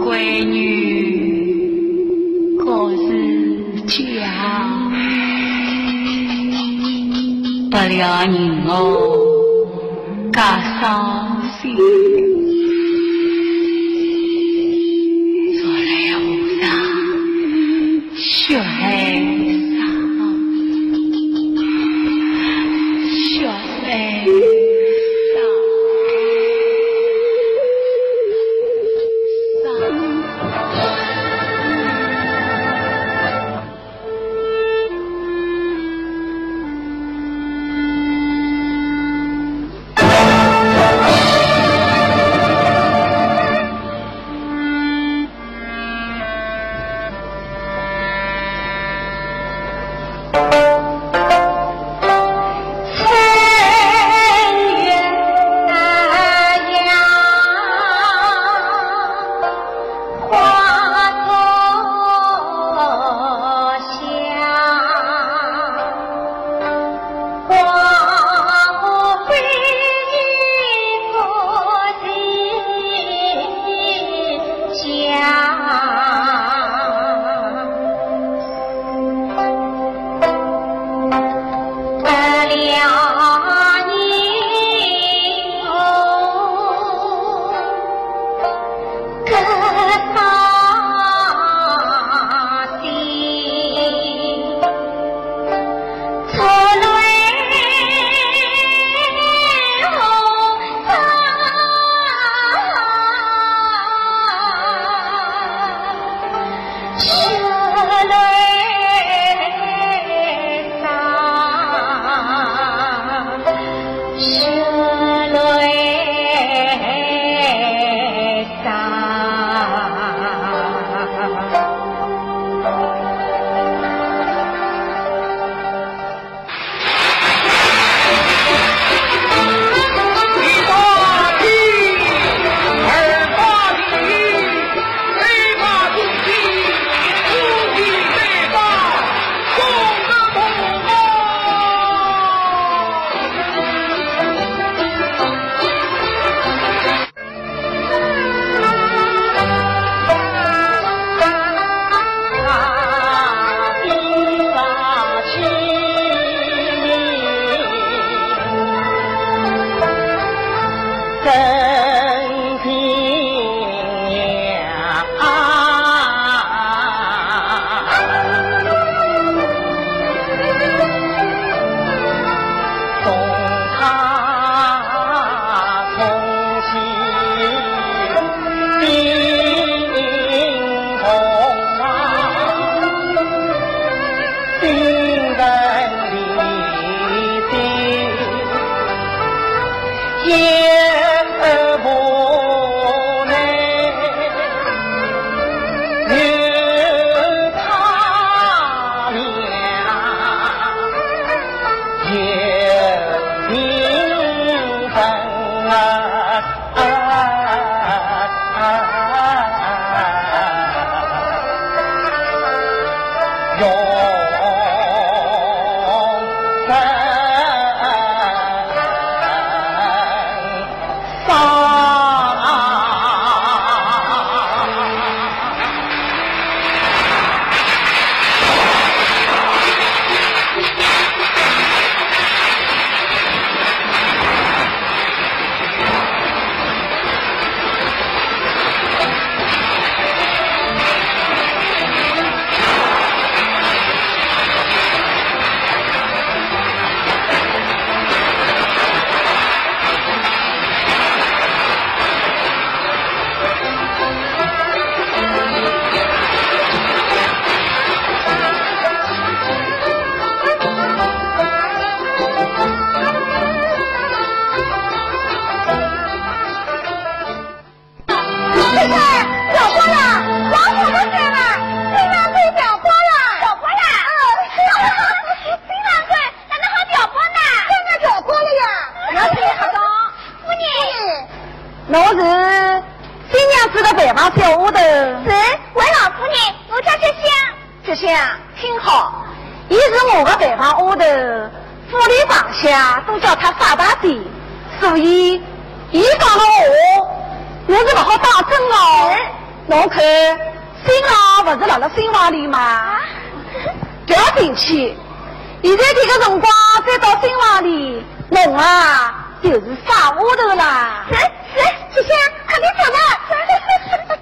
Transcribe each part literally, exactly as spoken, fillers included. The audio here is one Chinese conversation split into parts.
闺女可是家，不了人哦，家伤心。昨来无上，血海上，血海上。 我是新娘子的北方小屋头。 是，韦老夫人，我叫这香。 这香听好，伊是我的北方屋头，府里房下都叫他傻大姐，所以伊讲的话，我是不好当真哦。 侬看新郎不是辣辣新房里吗？不要进去，现在这个辰光再到新房里，侬啊就是傻丫头啦。 是是，小香，快点走了。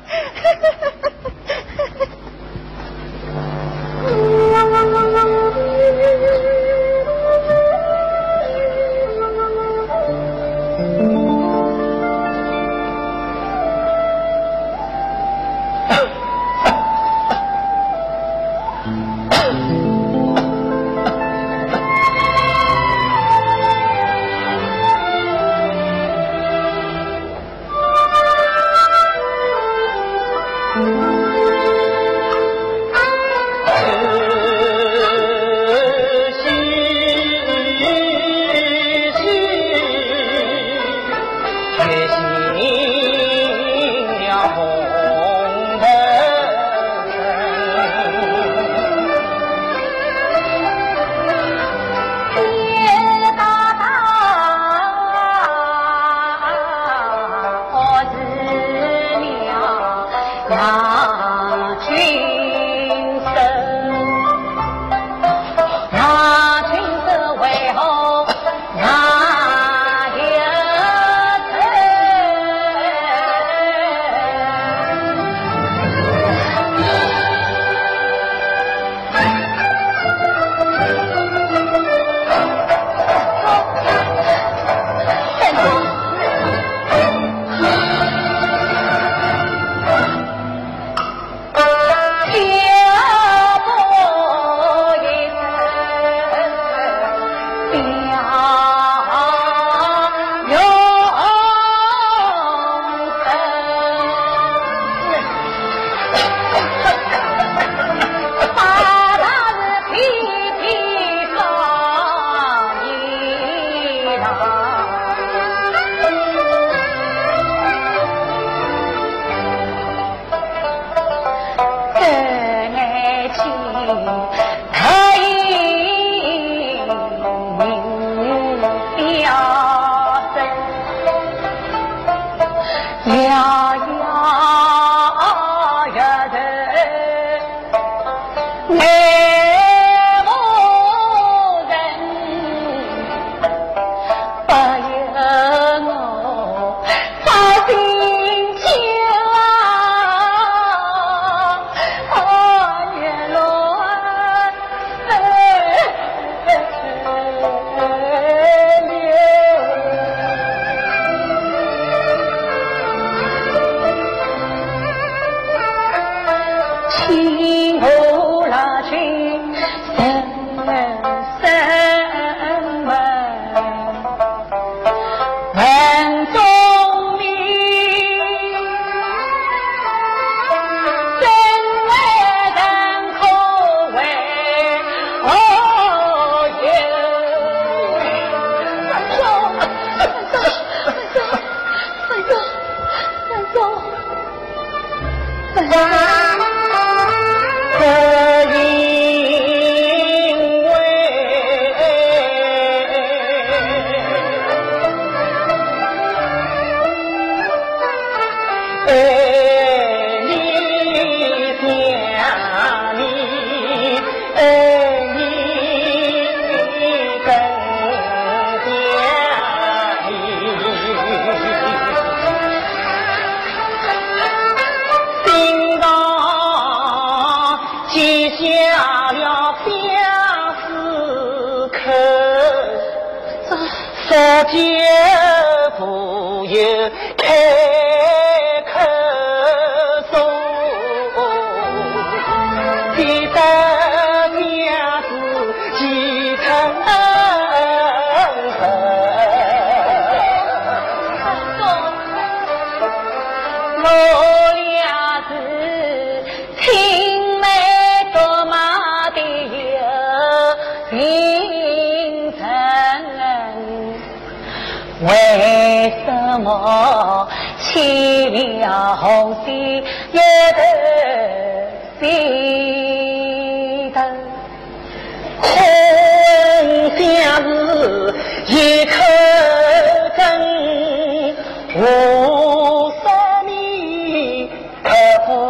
无生命可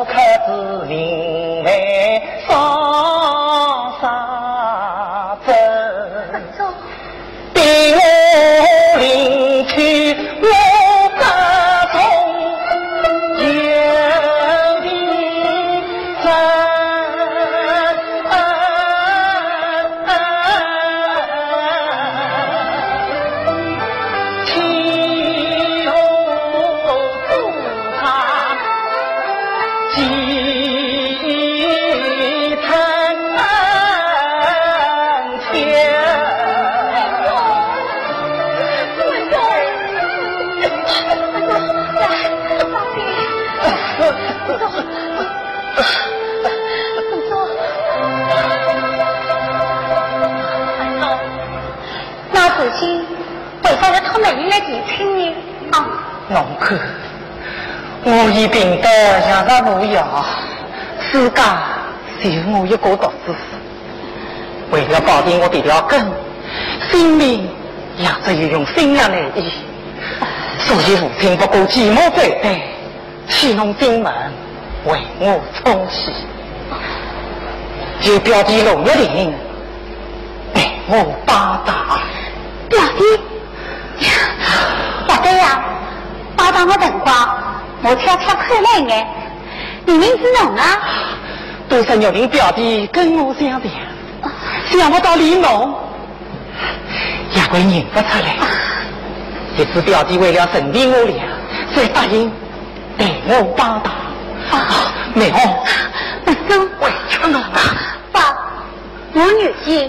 那自己为啥要讨美人来提亲呢？啊， 农客，我已病得养着无药，世家只有我一个独子，为了保定我的条根，性命也只有用心量来医，所以父亲不顾继母反对，启弄进门为我冲喜，就表弟龙一玲被我巴打。 表弟，不对呀，巴打我辰光，我悄悄看了一眼，明明是侬啊！ 都是玉玲表弟跟我相调，想不到连侬也会认不出来。这次表弟为了惩罚我俩，才答应对我巴打。啊，美红， 本宗委屈侬了。 爸，我女婿。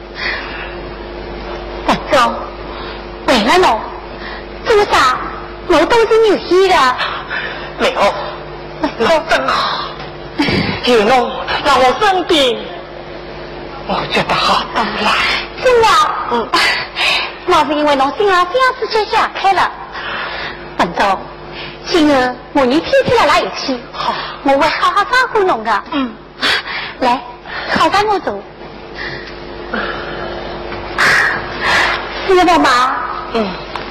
本宗，为了侬，做啥我都是女婿的。 美红，侬真好，有侬让我生病，我觉得好多了。 真的？嗯。那是因为侬心上相思结下开了。本宗，今日我与天天来辣一起， 好， 我会好好照顾侬的。 嗯， 来，靠在我坐。是的妈。 嗯。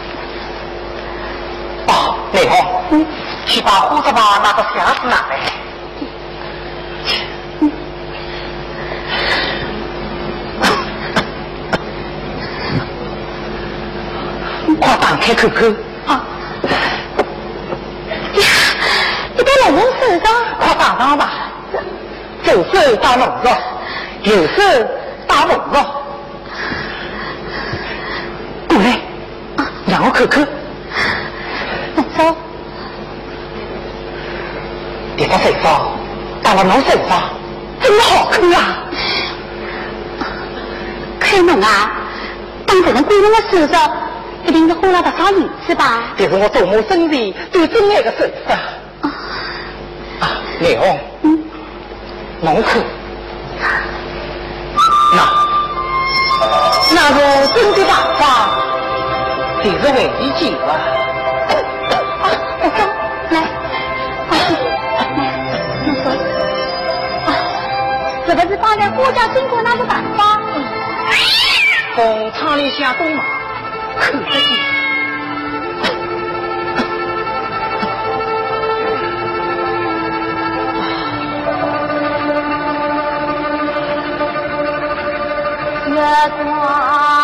哦，美红，嗯，去把胡子把那个匣子拿来。 嗯。 快打开看看。 啊！呀，你在老人手上。 快打上吧。左手打龙肉，右手打龙肉。过来，啊，让我看看。 龙肉。 这个手上打到侬手上，真好看啊！ 看侬啊，当这人归到我手上。一定是花了多少银子吧？ 这是我祖母生前最珍爱的首饰啊！啊，美红，嗯，侬看，那那如真的大方，就是为你救啊！ 啊，我说，来，啊，来，你说，啊，是不是放在郭家经过那个板花？ 从厂里下东马。可得见， 月光。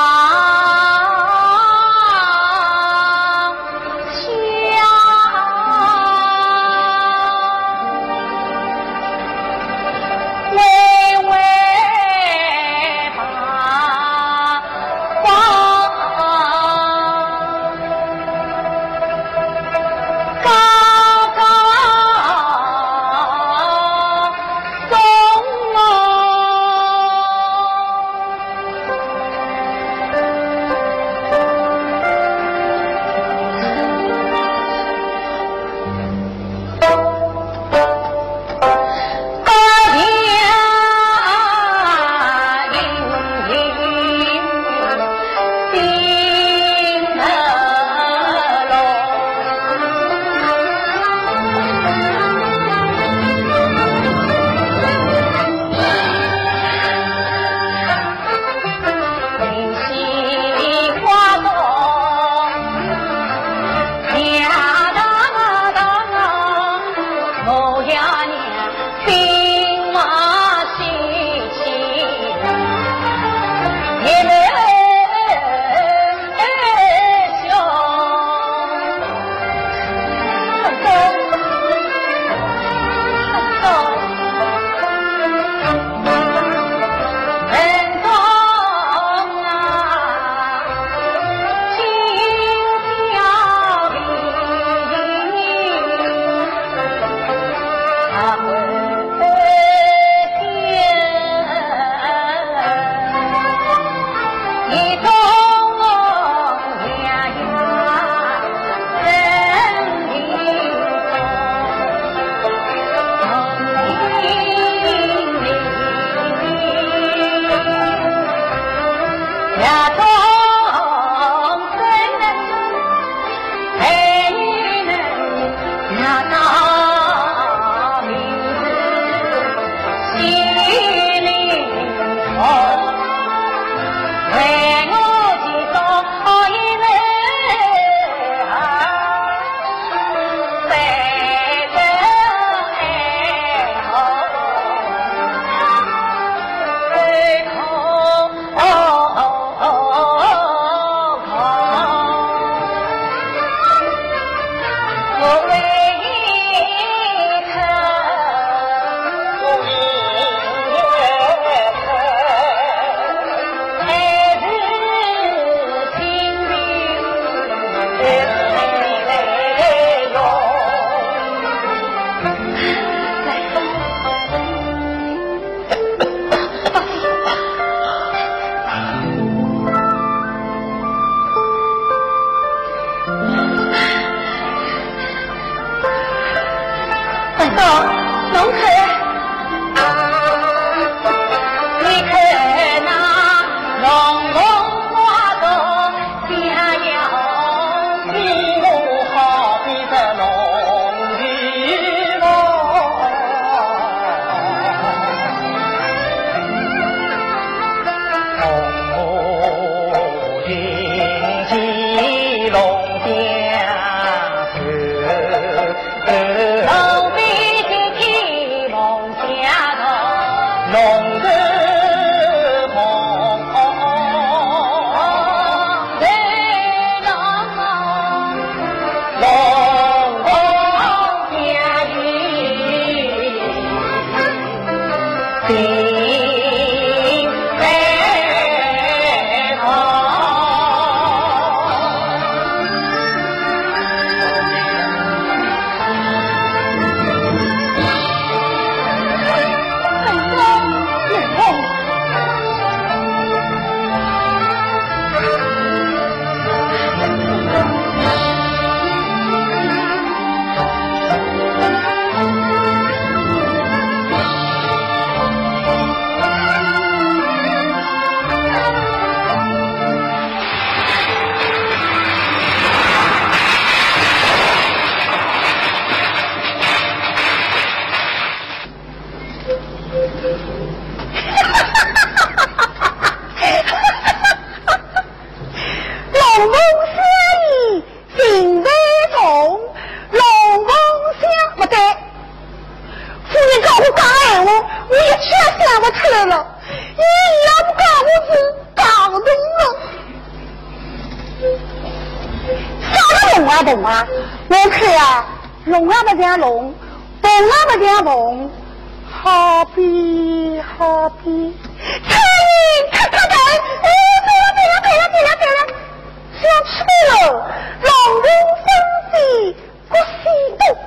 龙啊，我看啊，龙啊不像龙，凤啊不像凤，好比好比，苍蝇咔咔的，哎，对了对了对了对了对了，想错了，龙凤分飞不西东，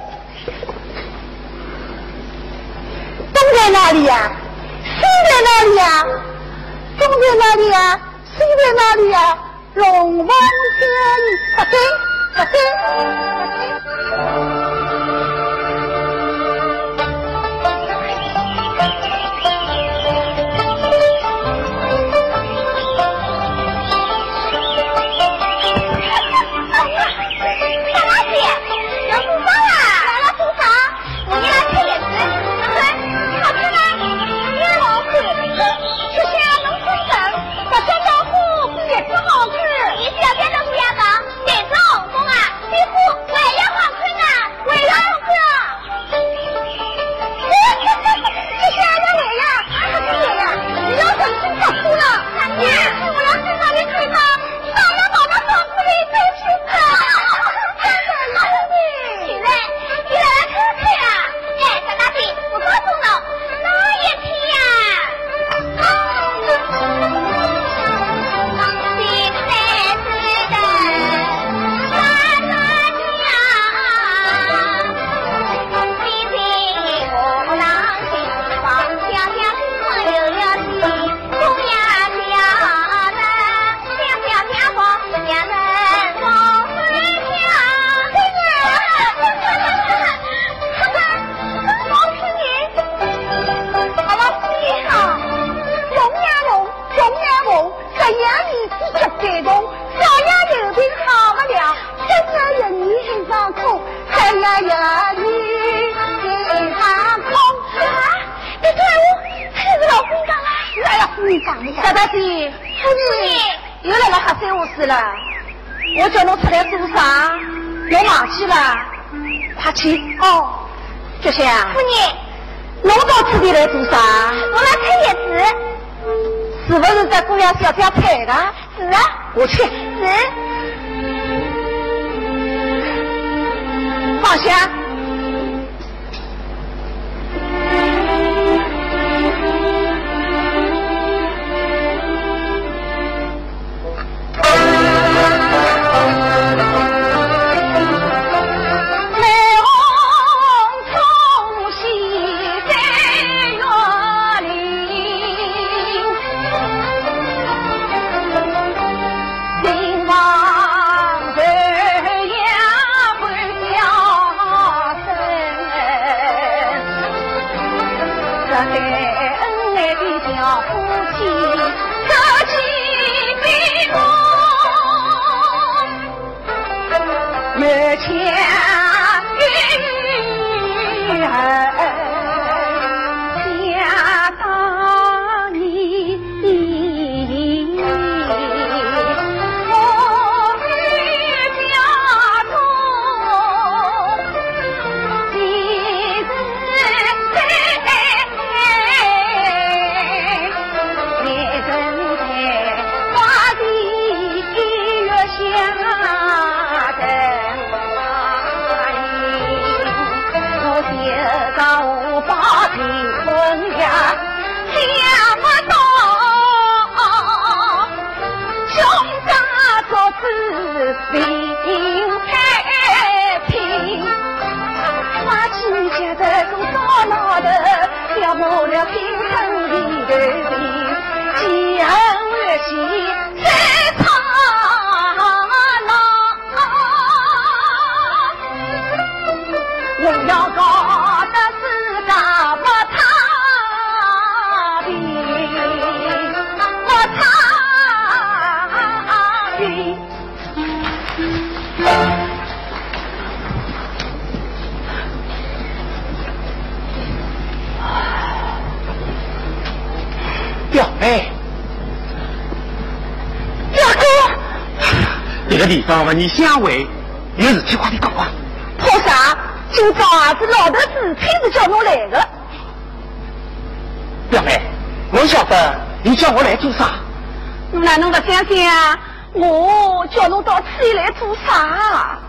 东在哪里呀？西在哪里呀？东在哪里呀？西在哪里呀？龙凤相依，不对。不对， 大老姐，有厨房啊！来了厨房，我给他切叶子，看，好吃吗？也好吃，吃下农村人，把小老虎比叶子好吃。你是要变成不要的？叶子红红啊，皮肤我也要好吃呢，我也要好吃。这是俺的脸呀，俺的脸呀，你要是吃早哭了，你我要在那里吹它，早要把它放出来再吃它。起来，你来来看看呀！哎，小大弟，我告诉了，哪也听呀？新来是的，大大家，弟弟我郎亲，王家家我有了亲，公呀家的，家家家房家人往回家。这样你只吃感动，小呀有病好不了，真呀有你很上空，这呀有你很上空啊！你看我，这是老夫人讲啊，来了夫人讲的呀。 小大姐， 夫人又来了黑三五事了，我叫侬出来做啥？侬忘记了？快去哦，菊香。 夫人， 侬到此地来做啥？ 我来看叶子。 是不是在姑娘小家菜的？ 是啊， 我去。 是。 放下。 下等表妹， 表哥， 这个地方和你相会，有事体快点讲啊！ 怕啥？今朝啊是老头子亲自叫侬来的。 表妹，我晓得你叫我来做啥？ 侬哪能不相信啊？我叫侬到此里来做啥？ 啊，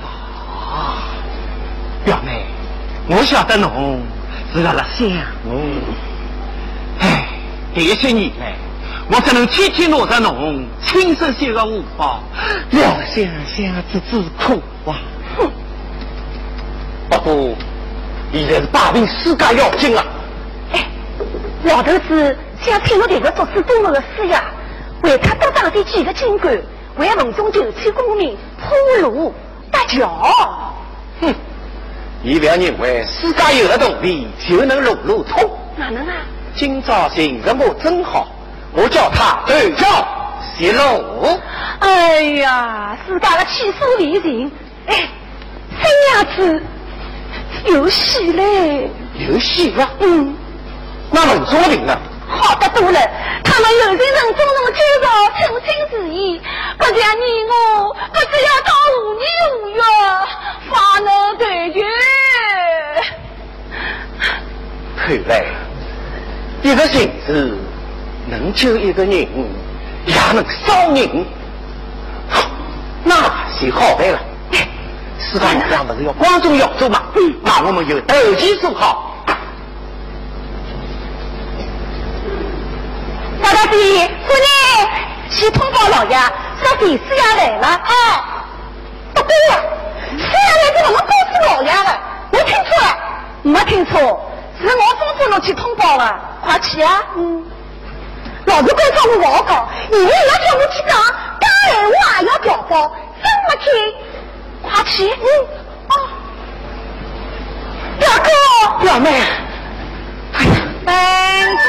表妹，我晓得侬是辣辣想我。唉，这些年来，我只能天天拿着侬亲手写个荷包，两想想子子苦啊！哼！不过现在是把柄世界要紧啊！ 哎，老头子想听侬这个读书多么的书呀，为他多当点几个京官，为民众救济公民铺路搭桥。 哼！你不要认为世界有了动力就能路路通。 哪能啊？ 今朝寻着我正好，我叫他对照泄露。 哎呀，自家的气数离情，哎，这样子有戏嘞！ 有戏了？ 嗯， 那文中林呢？ 好得多了，他们有些人总能介绍称心之意，不像你我，不只要到五年五月方能对决。 看来一个心思能救一个人，也能伤人，那是好办了。世界上不是要光宗耀祖嘛？嗯，那我们就投其所好。 大大姐，夫人，去通报老爷，说李四爷来了。啊，不对呀，四爷来是我们告诉老爷的，我听错了，没听错，是我吩咐侬去通报的，快去啊！嗯，老子官叫我我讲，你也要叫我去讲，当然我也要表报，真没听，快去！嗯，啊，表哥， 表妹，哎呀， 本座。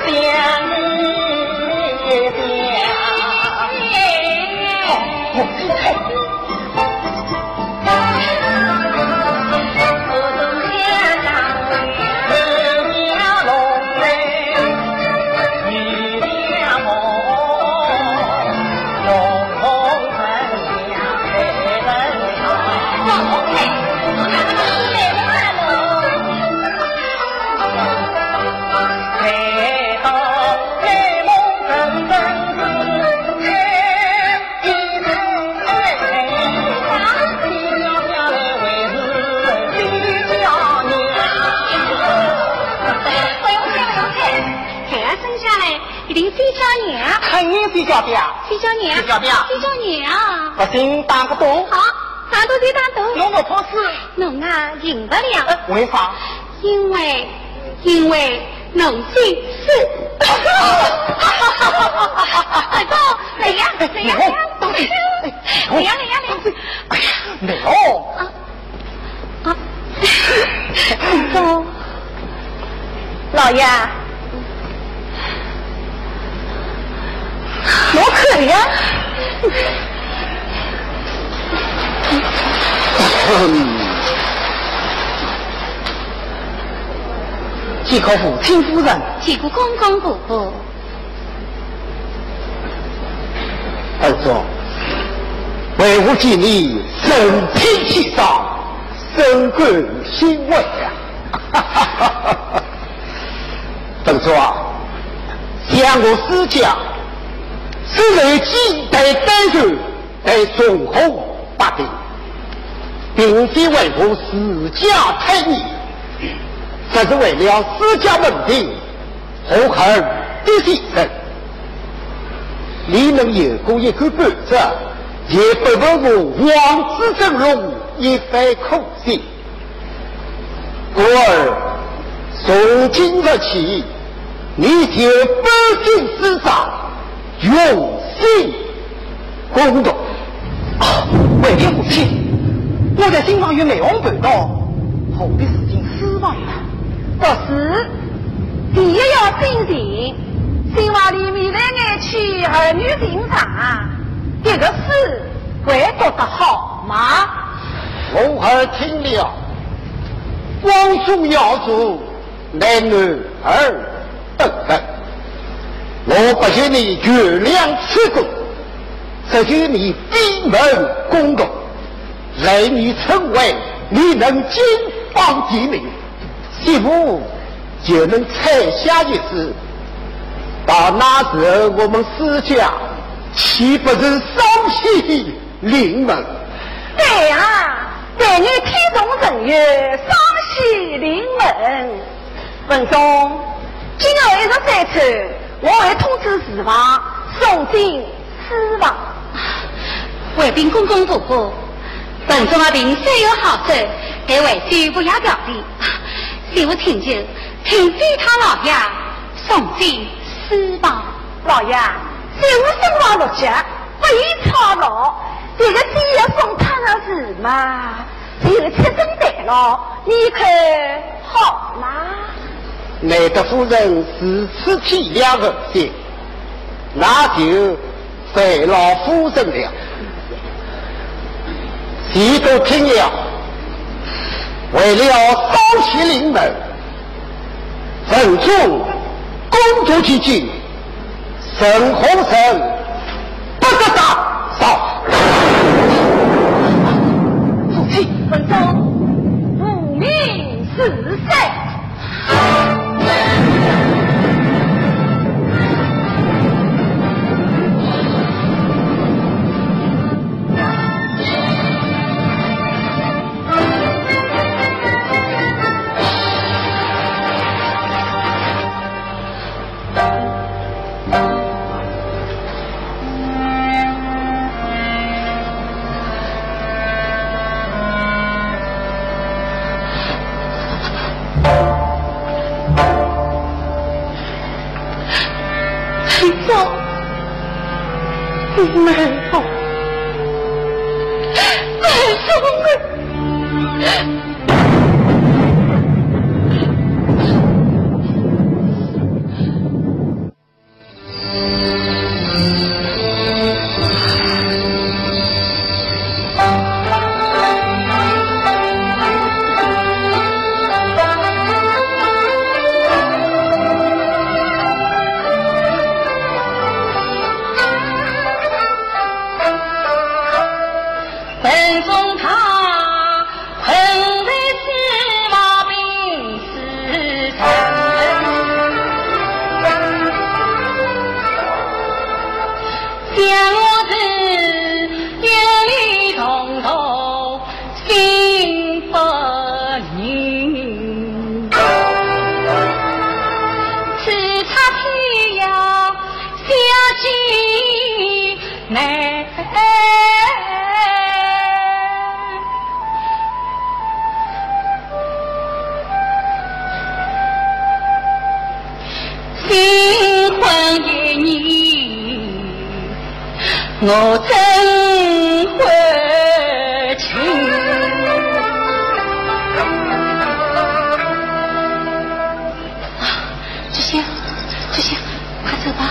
谁叫表？ 谁叫娘？ 谁叫表？ 谁叫娘？ 不行，打个赌。 好，打赌就打赌。 侬我破事。 侬啊，赢不了。 为啥？ 因为，因为侬最是。二哥，来呀，来呀，来呀，来呀，来呀，来呀。 哎呀，没有。 啊啊！二哥， 老爷。我可以啊！ 几个父亲夫人， 几个公公婆婆。 儿子，为我见你身体气爽，深感欣慰啊！邓叔啊，向我施教。是为几代单纯来忠厚八定，并非为我私家太逆，这是为了私家稳定和儿的牺牲。你能有过一个半子，也不问我王子真龙一番苦心。故而从今日起，你就不尽师长。用心公道啊！为天父亲，我在新房与美翁碰到，后的事情失望了。 不是，第一要心定，新房里面来爱去儿女情长，这个事会做得好吗？ 我儿听了，光宗耀祖，男女儿等等。我不求你原谅此功，只求你闭门公道，来你成为你能金榜题名，媳妇就能采下一子。到那时候，我们私家岂不是双喜临门？ 对啊，对你天中正月，双喜临门。文松，今后一日再出。我会通知四房送进私房。 卫兵公公婆婆，本中的病虽有好处，但为师不要表弟。师傅听见，请非他老爷送进私房。 老爷，师傅生活六节，不宜操劳。这个第一送他的事嘛，只有七分对了，你看好吗？ 内德夫人如此体谅儿子，那就费老夫人了。谁都听了，为了双喜临门，慎重工作之际，沈鸿生不得打扫。 父亲，文中无名是谁？ 没好，没什么。 将我是一里通通心不宁，叱咤天涯小姐难。新婚一年，我真会情。这些，这些，快走吧。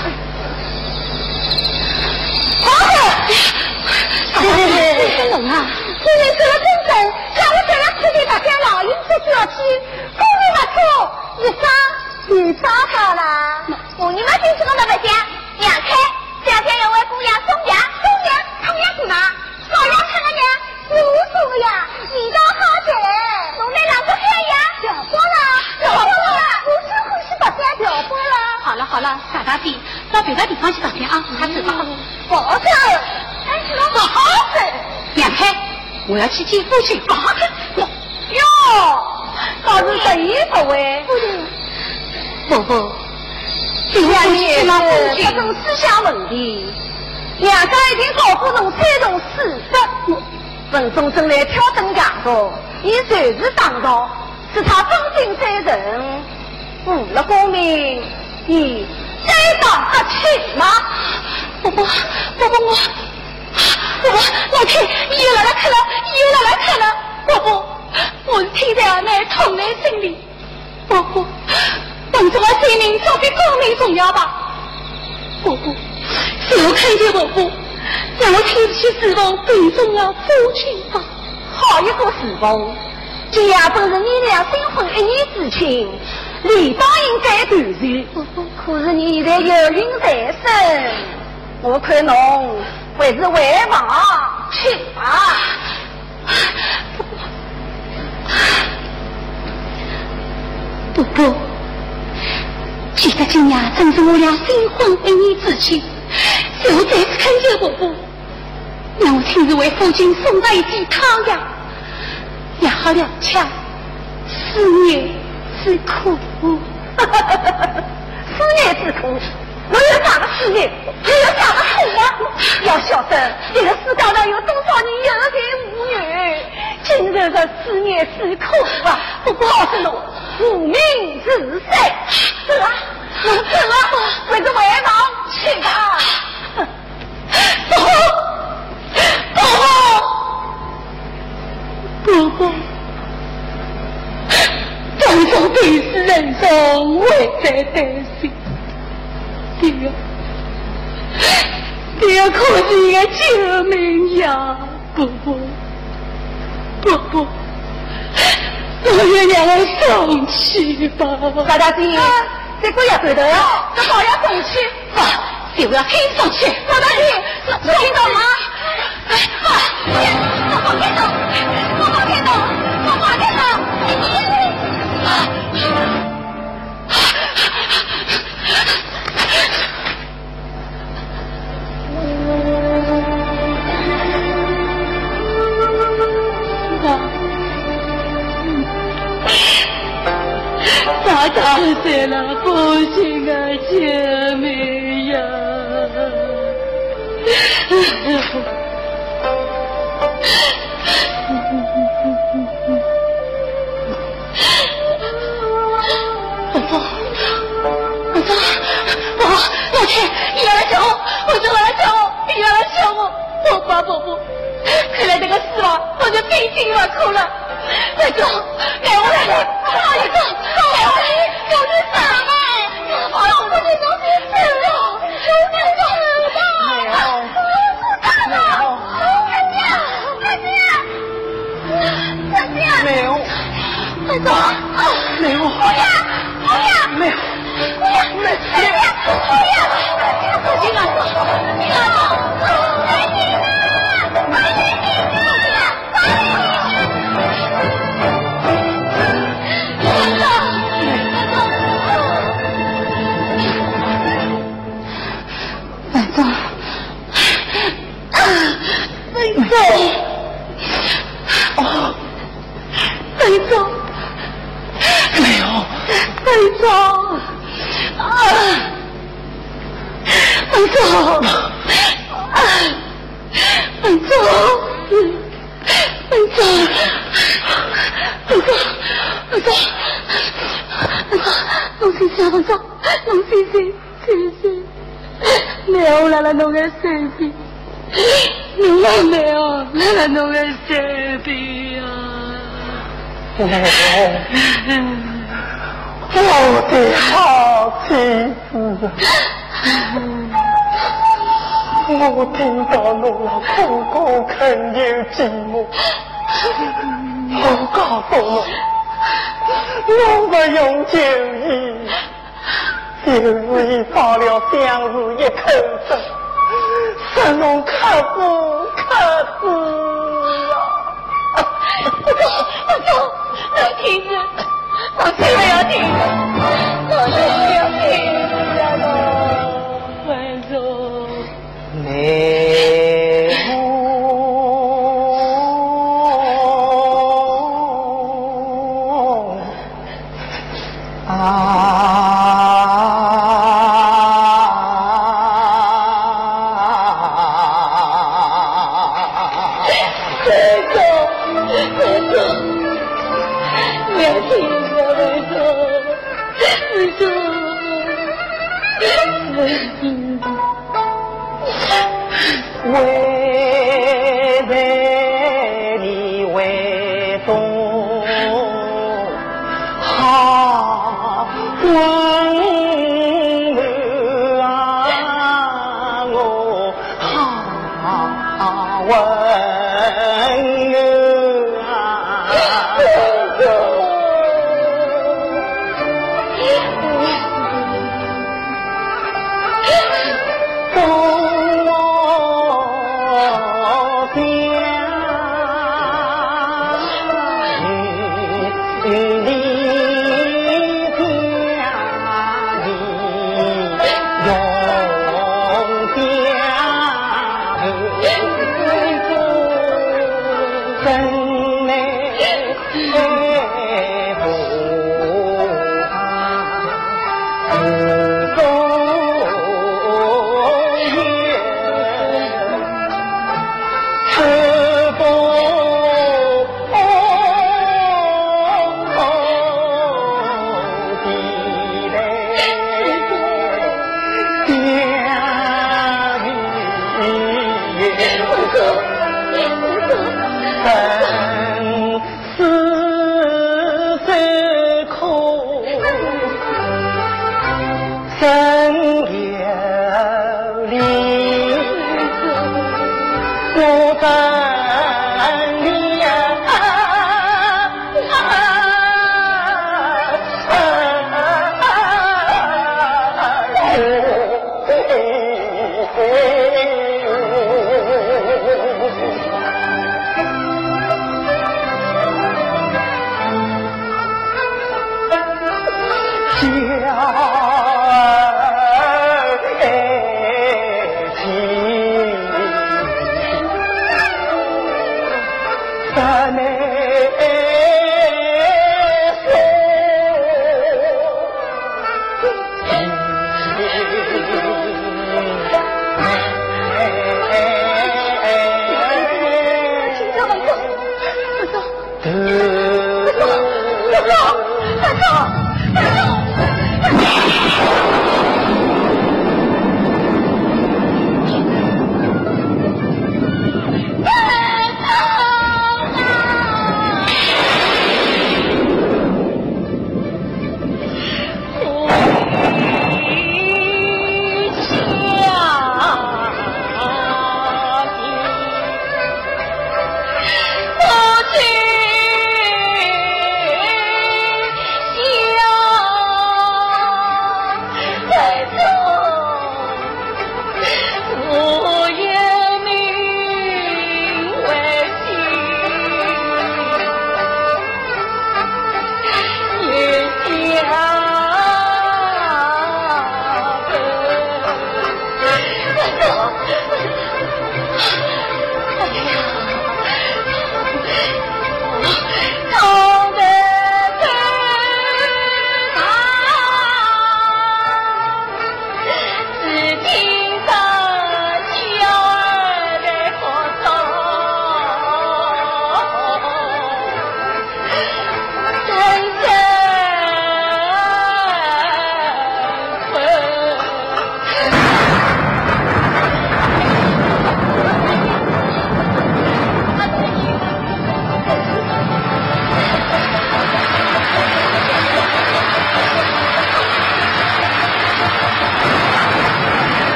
皇后，是是是，真冷啊！今天走了真神，让我这样吃给大家老鹰出去了去，功名不错，一生。你找到了， 妇女们听说我们不讲，娘开，小天有位姑娘送娘，送娘同样是嘛？少娘看了娘，如数呀，味道好极嘞。侬来啷个看呀？调拨了，调拨了，我是欢喜白相调拨了。 好了好了，傻大弟，到别的地方去打听啊，快走吧。 不走，哎，侬不好走。 娘开，我要去见父亲，不好走。 哟，倒是这一不为。 伯伯， 娘你是这种思想问题，娘家已经告诉侬三种事实。文忠正来挑灯阳光，以随时当道，使他忠心在人，误了功名，你再当得起吗？ 伯伯，伯伯我，伯伯老天，你又来了看了，你又来了看了，伯伯，我是天在儿内，痛在心里，伯伯。本着我性命总比功名重要吧？伯伯，是我看见伯伯，让我亲自去侍奉北中了父亲吧。 好一个侍奉！这样本是你俩新婚一年之亲，理当应该团聚。可是你现在有孕在身，我看侬还是回房去吧。 伯伯。记得今夜正是我俩新婚一年之亲，是我再次看见伯伯，让我亲自为父亲送上一剂汤药，也好了却思念之苦。 思念之苦，我有啥个思念？我有啥个苦啊？要晓得，这个世界上有多少人有才无女，今日的思念之苦啊！不告诉侬，无名之辈。走啊，侬走啊，回个回房去吧。 伯伯，伯伯，当初必是人生为在担心，爹，爹可是一个救命呀，伯伯，伯伯。我也让我送去吧， 大大姐，这个要回头哟，这好要送去， 啊，就要听上去。 大大姐，我听到吗？ 啊，我好听到，我好听到，我好听到。 他打碎了父亲的救命呀！伯伯，伯伯，伯，老天，你要来救我！我说我来救我，你要来救我！伯伯，伯伯，看来这个死亡我就必经了苦了。来救，来我来了，好一个，好我你，有你死了，好了，我这东西死了，有你死了，没有，没有，大姐，大姐，大姐， 没有， 快走， 没有， 不要，不要， 没有， 不要，没有，不要，不行啊，你要走，赶紧的，赶紧的，反正本总， 哦， 本总， 没有， 本总，啊，本总，啊，本总，本总，本总，本总，本总，侬先生，本总，侬先生，先生，没有来了，侬个身边。侬老妹哦，来了侬个身边啊！ 没有，我的好妻子，我听到侬了苦苦恳求寂寞，我告诉侬，我不用救伊，就是伊报了相如一口子。是侬可不可知啊？ 不走，不走，能停止，我千万要停止，我千万要停止啊！文总， 你啊。为在你为中好温柔啊，我好温柔啊。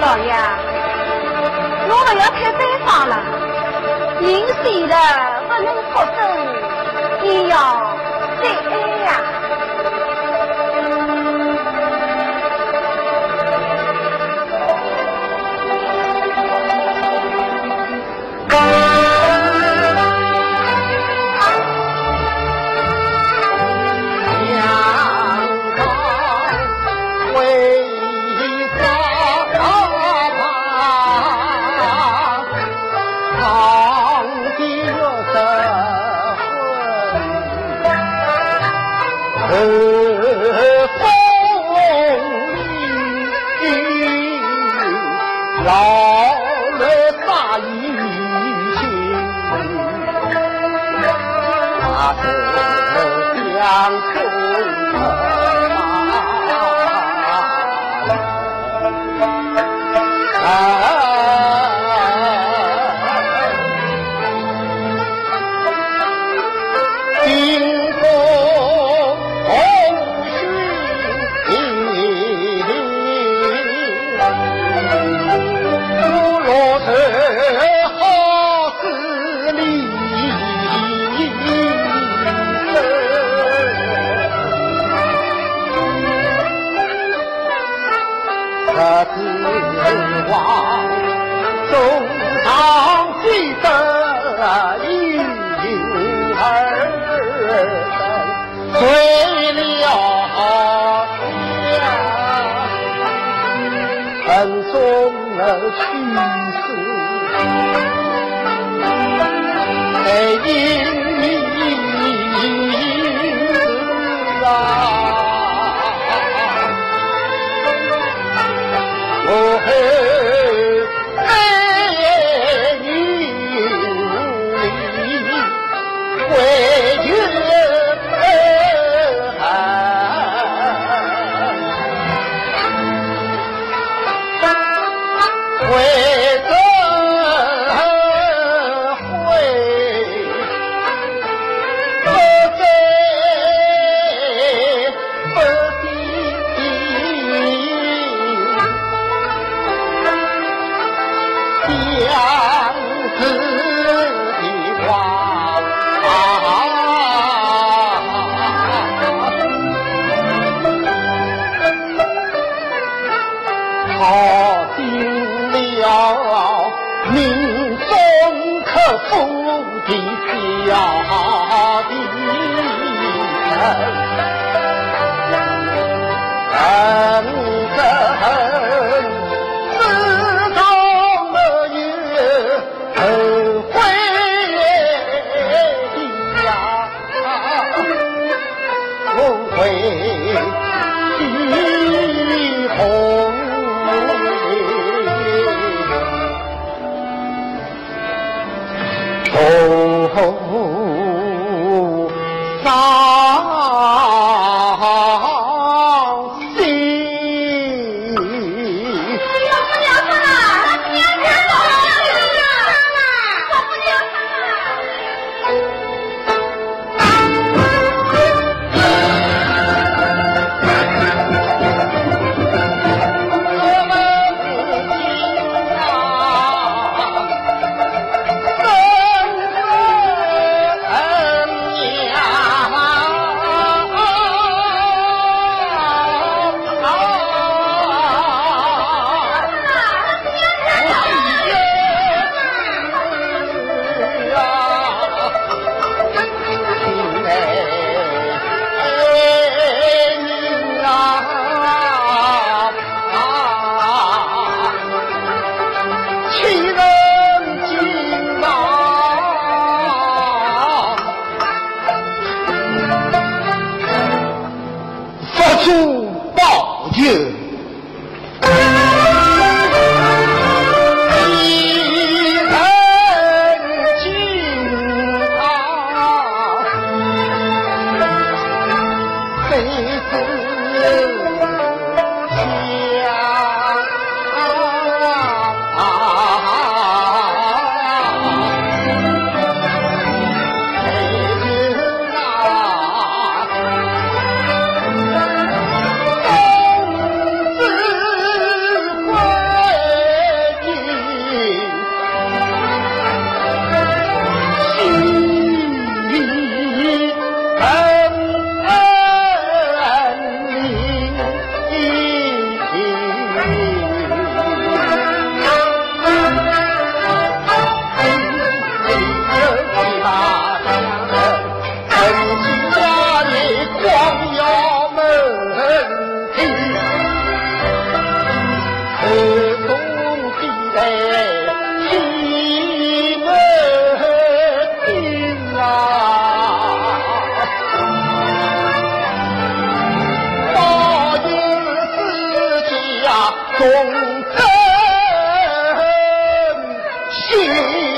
老爷，我们要开斋房了，饮水的不能喝粥，也要再爱呀。 伤心。 忠贞心。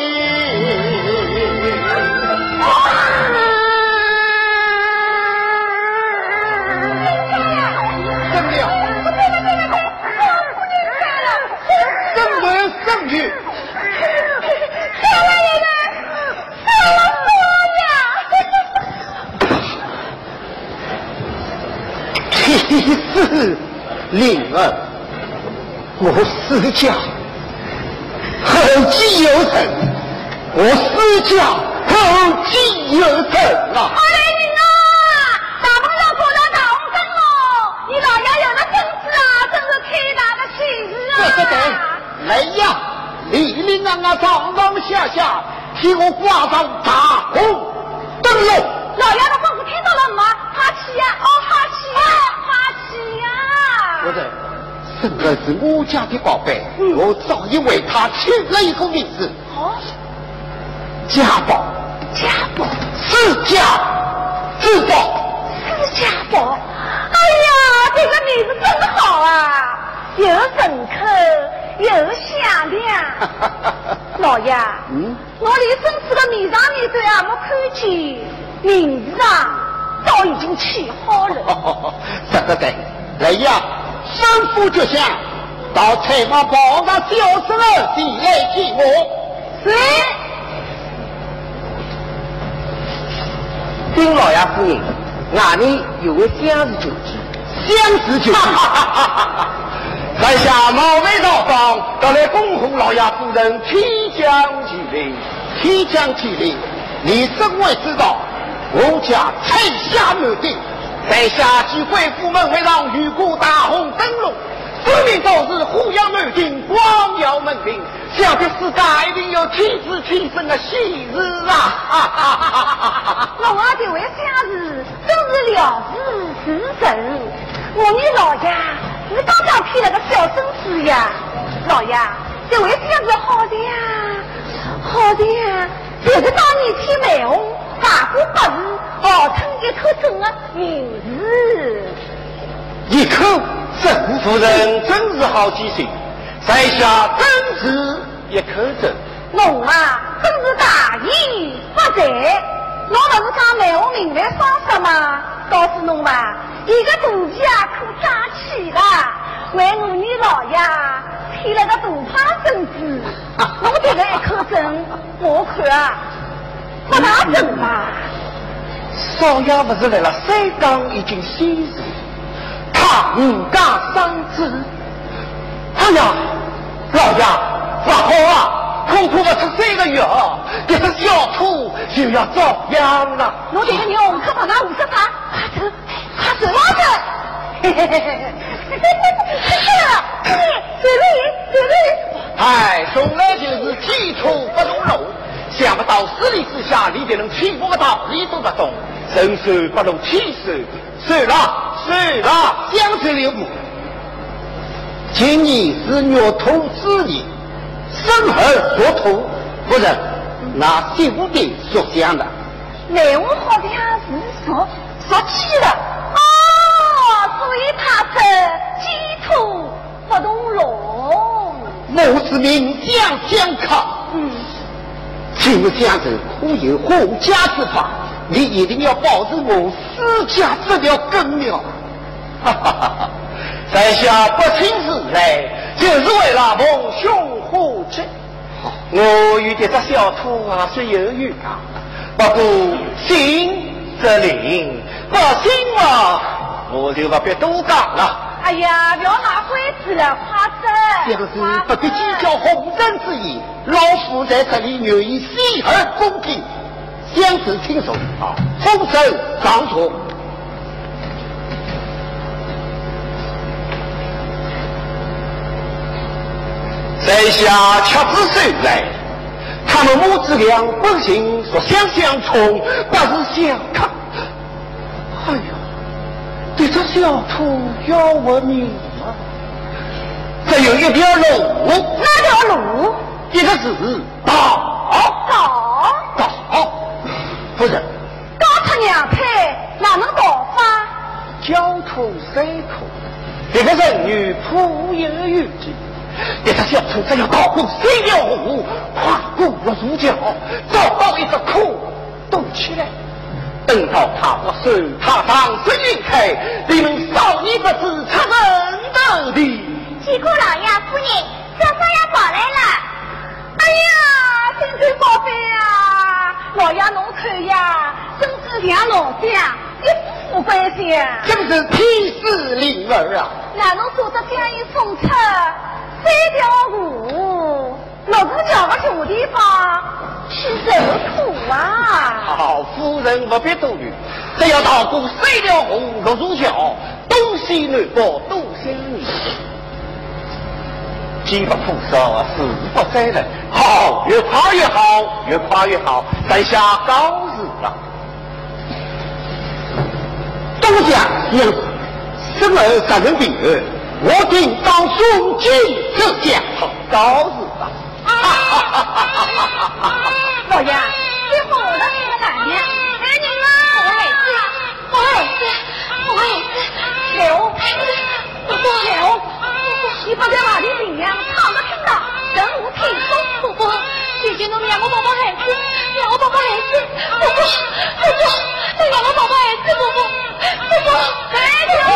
第四灵儿，我私家后继有成，我私家后继有成啊！ 好来人啊，大门上过了大红灯哦，你老爷有了孙子啊，真是天大的喜事啊！ 对对对，来呀，李令啊啊，上上下下替我挂上大红灯笼。 老爷的吩咐听到了吗？哈气呀，哦哈气呀，哈气呀！ 不是，生儿是我家的宝贝，嗯、我早已为他取了一个名字。 哦， 家宝， 家宝， 私家之宝， 私家宝。哎呀，这个名字真好啊，有人口，有响亮。老爷，嗯，我连孙子的面上面都还没看见。名字啊，早已经起好了。 是的对，来呀，吩咐就下，到菜码报上小生儿进来见我。 是。 丁老爷夫人，俺们有位相识酒局，相识酒局。在下冒昧到访，到来恭候老爷夫人提将起灵，提将起灵，你怎会知道？我家彩霞满地，在下及贵妇们会让雨过大红灯笼，说明都是虎阳满庭，光耀门庭，想必世界一定有天子亲生的喜日啊！ 老阿这位相识真是了事实神，我们老爷是刚刚批了个小孙子呀，老爷这位相识好的呀，好的呀，就是当年天美红。大过八字，号称一口钟的名字。 一口郑夫人真是好记性，在下真是一口钟。 侬啊，真是大义发财。侬不是讲美红明白双十吗？告诉侬吧，一个大旗啊可扎起了，为我你老爷添了个大胖孙子。侬这个一口钟，我看啊。不大正吧？ 少爷不是来了三缸已经先死，他五家伤子。哎呀，老爷不好啊，恐怕不出三个月，这个小兔就要遭殃了。 我这个牛可把那五十他，快走，快走，老走。嘿嘿嘿嘿嘿，水里水里。 哎，从来就是基础不容肉。想不到实力之下，你就能欺负个道理都不懂，伸手不如起手。算了算了，江水流步。今年是月兔之年，生儿属兔，不是那兄弟属相的。 内容好像是属属鸡的哦，所以他是鸡兔不同笼。 我是名将相抗。嗯。请问相公可有护家之法？你一定要保证我私家这条根苗。哈哈哈哈！在下不请自来，就是为了蒙兄护之。我与这只小兔啊是有缘啊，不过信则灵，不信嘛，我就不必多讲了。 哎呀，不要拿鬼子了，夸张！ 要是不必计较红尘之意，老夫在这里愿意洗而公平，相子听手啊，风声上座。在下却知谁来？他们母子俩本性所相相冲，不是相抗。哎呀！对这小兔要我命啊！这有一条路， 哪条路？ 一个字道， 道道。夫人， 高出两腿哪能道法？ 交通塞口， 这个人女颇有余地，这个小丑只要逃过三条河，跨过了主角，找到一只窟洞起来。等到他不手，他上身云开，你们少你不知出人头的。 奇姑老爷夫人，小少爷跑来了。 哎呀，金尊宝贝啊，老爷侬看呀，身子像老将，一副副官相， 真是天时灵儿啊！ 哪能做得这样一送出三条河，落主角的兄弟方去受苦啊！ 好，夫人不必多虑，只要逃过三条河，落主角，东西南北都相宜。既不菩萨，事不再人。好，越快越好，越快越好，在下高日了。东家有生儿杀人病案，我听到宋军这讲高日了。 老爷，这后的那个男人，男人啊，我儿子，我儿子，我儿子，刘，我说刘。你不在哪里领呀？躺着听到，人无听风。婆婆，姐姐侬让我抱抱孩子，让我抱抱孩子。婆婆，婆婆，你让我抱抱孩子，婆婆，婆婆，孩子，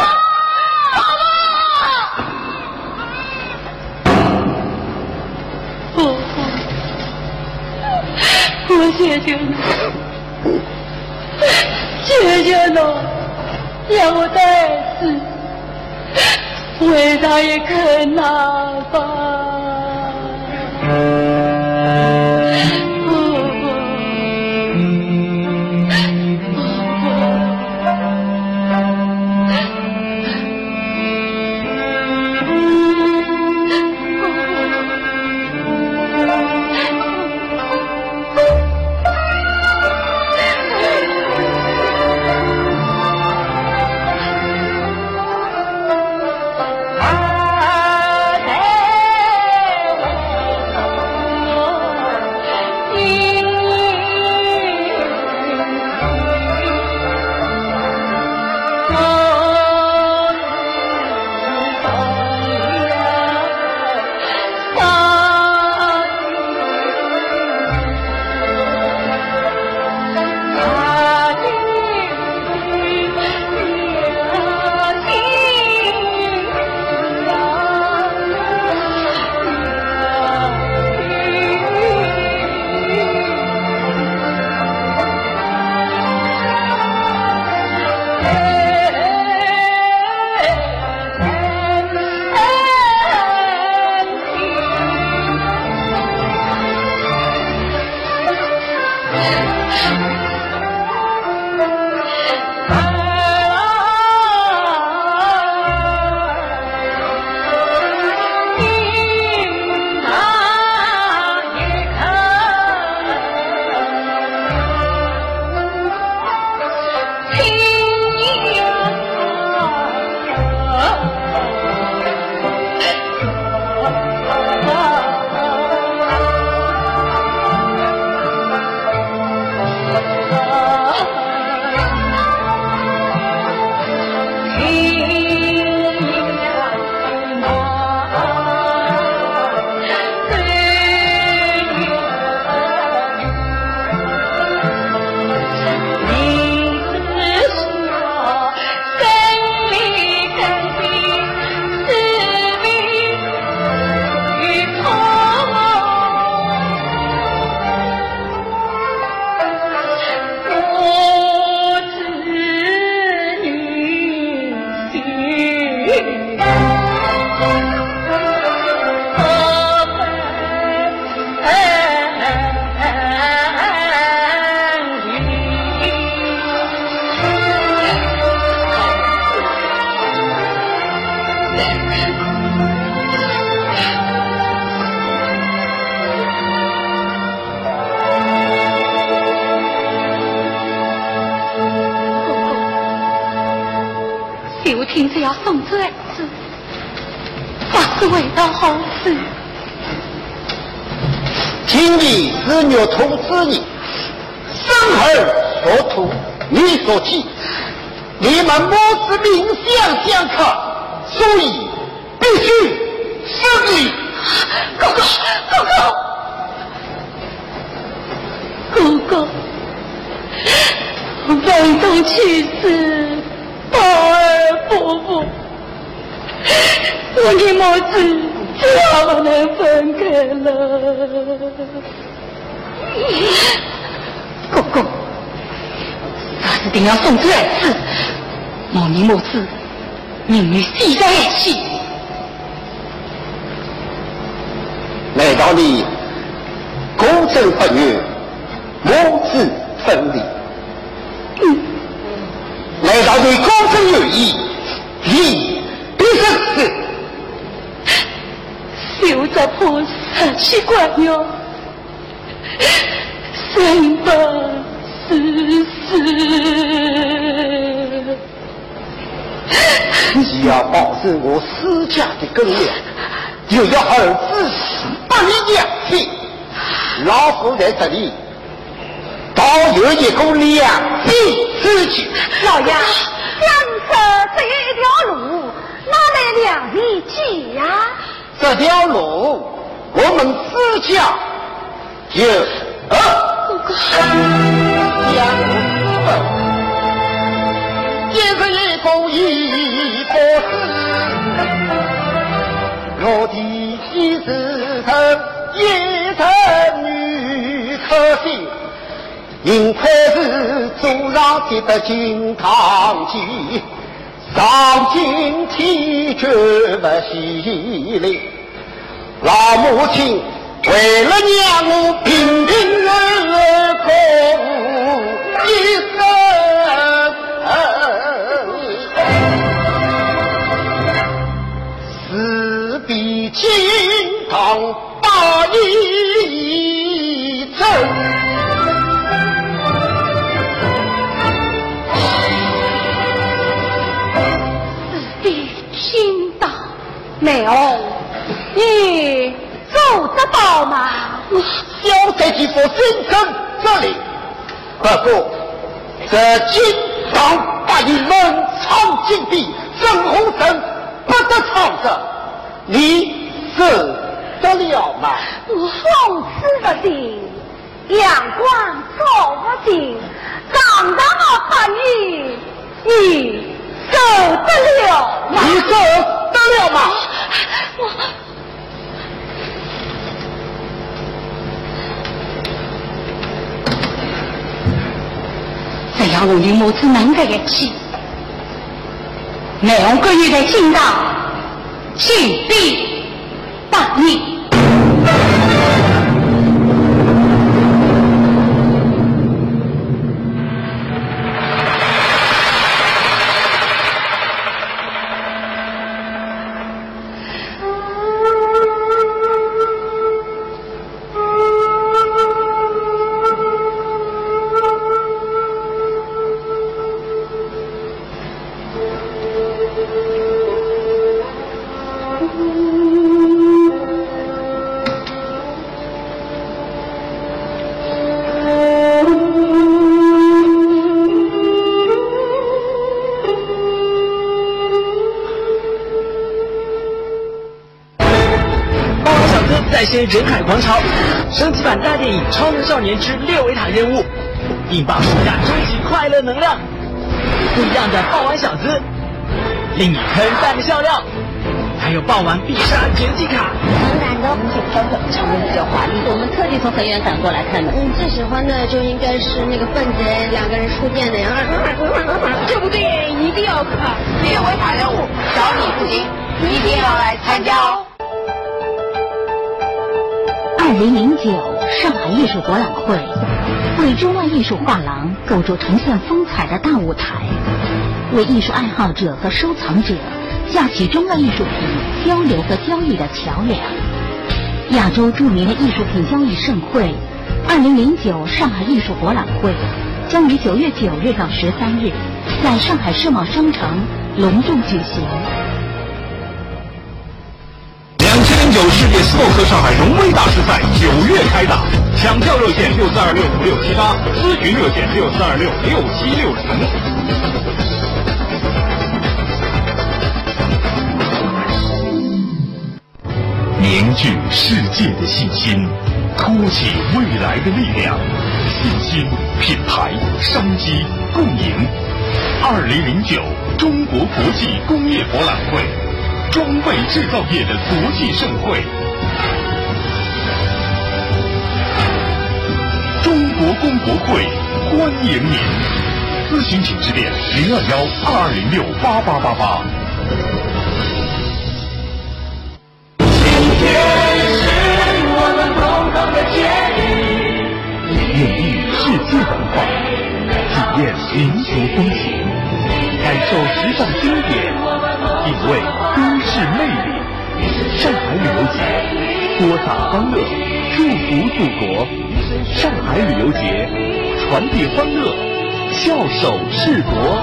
婆婆，婆婆，我谢谢你，谢谢侬，让我的儿子。为啥也肯拿吧？ 就听着要送走儿子，不是为了好事。 今日是月兔之日，生儿所图，你所记，你们母子命相相克， 所以必须胜利。 哥哥，哥哥，哥哥，文东去世，保儿夫妇，我的母子只好不能分开了。哥哥，他是定要送出来子，某年某子，命运死在一起。 来到你公正不渝，母子分离。 嗯， 来到你公正有义，义必生死。 修着菩萨去管哟，生不死死。 既要保证我私家的根粮，又要儿子把你养起，老夫在这里倒有一个良计之举。 老爷，江山只有一条路，哪来两地计呀？ 这条路我们私家有二两路，一是一公一国事，我的一时成一成女可惜，因亏是祖上接得金堂记，上今天绝不稀里。老母亲为了让我平平安过一生，死比金堂大一走。 美红，你走得到吗？ 小在几副心生这里，不过这金堂把你们藏金币，郑红生不得藏着，你受得了吗？ 风吃不定，阳光照不定，刚刚我把你，你受得了吗？ 你受得了吗？ 我这样我的母子难在一起，内容个月的进到金币大逆。 再现人海狂潮，升级版大电影《超能少年之六维塔任务》，引爆暑假终极快乐能量，不一样的爆丸小子，令你喷饭的笑料，还有爆丸必杀绝技卡。 很感动，而且飘飘场面比较华丽，我们特地从很远赶过来看的。嗯，最喜欢的就应该是那个笨贼两个人触电的呀，对不对？一定要看六维塔任务，找你不行，一定要来参加哦。 二零零九上海艺术博览会为中外艺术画廊构筑呈现风采的大舞台，为艺术爱好者和收藏者架起中外艺术品交流和交易的桥梁。亚洲著名的艺术品交易盛会二零零九上海艺术博览会将于九月九日到十三日在上海世贸商城隆重举行。 两千零九世界斯诺克上海荣威大师赛九月开打，抢票热线六四二六五六七八，咨询热线六四二六六七六零。 凝聚世界的信心，托起未来的力量。信心、品牌、商机共赢。二零零九中国国际工业博览会，装备制造业的国际盛会。中国工博会欢迎您，咨询请致电零二幺二二零六八八八八。演绎世界文化，体验民族风情，感受时尚经典，品味都市魅力。上海旅游节，播撒欢乐，祝福祖国。上海旅游节，传递欢乐，翘首赤膊。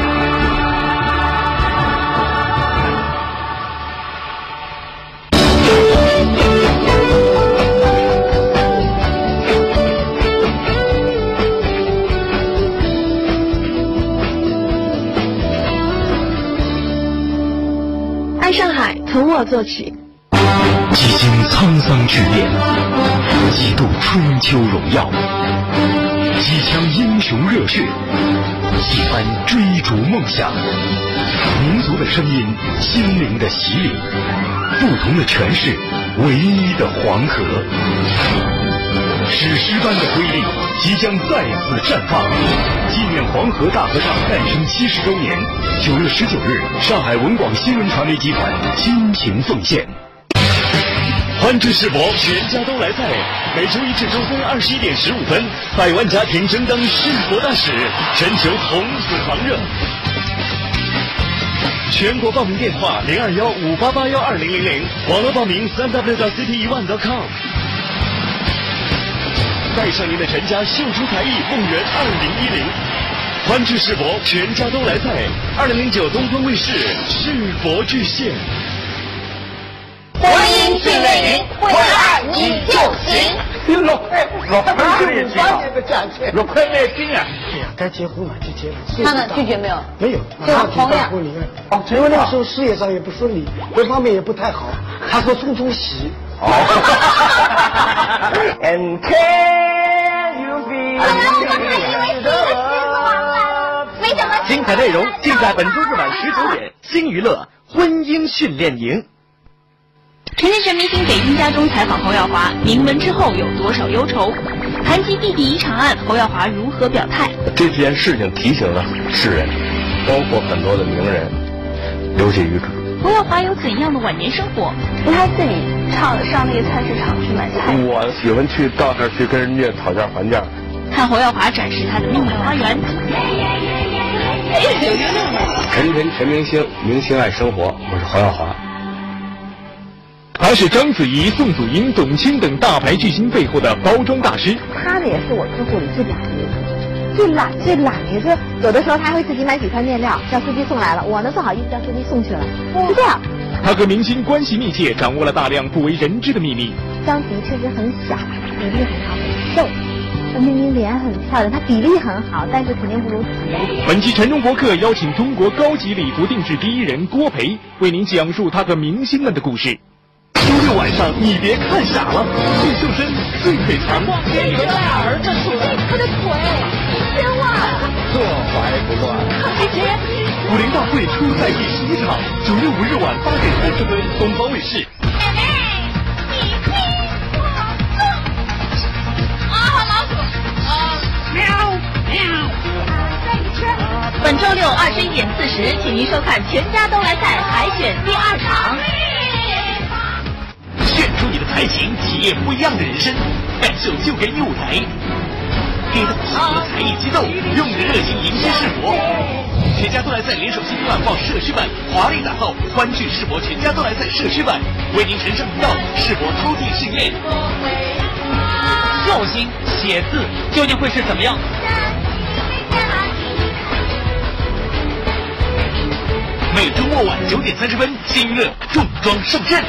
爱上海，从我做起。 几经沧桑巨变，几度春秋荣耀，几腔英雄热血，几番追逐梦想。民族的声音，心灵的洗礼，不同的诠释，唯一的黄河。史诗般的瑰丽即将再次绽放。纪念黄河大合唱诞生七十周年，九月十九日，上海文广新闻传媒集团倾情奉献。欢聚世博，全家都来赛。每周一至周三二十一点十五分，百万家庭争当世博大使，全球同时狂热。全国报名电话零二幺五八八幺二零零零，网络报名三 w 到 c p 一万 .com。带上您的全家秀出才艺，梦圆二零一零。欢聚世博，全家都来赛。二零零九东方卫视世博巨献。 婚姻训练营，为爱你就行。 六块，六块也行啊！六块美金啊！ 哎呀，该结婚了就结了。 他呢？拒绝没有？ 没有， 就同样。 哦，因为那个时候事业上也不顺利，各方面也不太好。他说匆匆喜。 哦。And can you be？ 本来我们还以为是狮王了，没想到。 精彩内容尽在本周日晚十九点，新娱乐婚姻训练营。 陈建全明星北京家中采访侯耀华，名门之后有多少忧愁？谈及弟弟遗产案，侯耀华如何表态？ 这件事情提醒了世人，包括很多的名人，留己于主。 侯耀华有怎样的晚年生活？ 他自己唱上那个菜市场去买菜。 我喜欢去到那儿去跟人家讨价还价。 看侯耀华展示他的秘密花园。 陈晨陈明星，明星爱生活，我是侯耀华。 他是章子怡、宋祖英、董卿等大牌巨星背后的包装大师。 他呢也是我客户里最懒的，最懒最懒的。就有的时候他会自己买几块面料，叫司机送来了，我呢做好衣服叫司机送去了，是这样。 他和明星关系密切，掌握了大量不为人知的秘密。 章子怡确实很小，比例很好，很瘦。明明脸很漂亮，她比例很好，但是肯定不如体力。 本期陈中博客邀请中国高级礼服定制第一人郭培，为您讲述他和明星们的故事。 周六晚上你别看傻了，最秀身，最腿长，天一个戴尔，这腿， 他的腿，千万这怀不乱。 武林大会初赛第十一场，九月五日晚八点三十分，东方卫视。 本周六二十一点四十，请您收看《全家都来赛》海选第二场。 炫出你的才情，体验不一样的人生。感受就给你舞台，给到世博才艺激动，用你的热情迎接世博。全家都来赛联手新京晚报社区版，华丽打造欢聚世博全家都来赛社区版，为您呈上一道世博饕餮盛宴。 寿星写字究竟会是怎么样？ 每周末晚九点三十分，新娱乐重装上阵。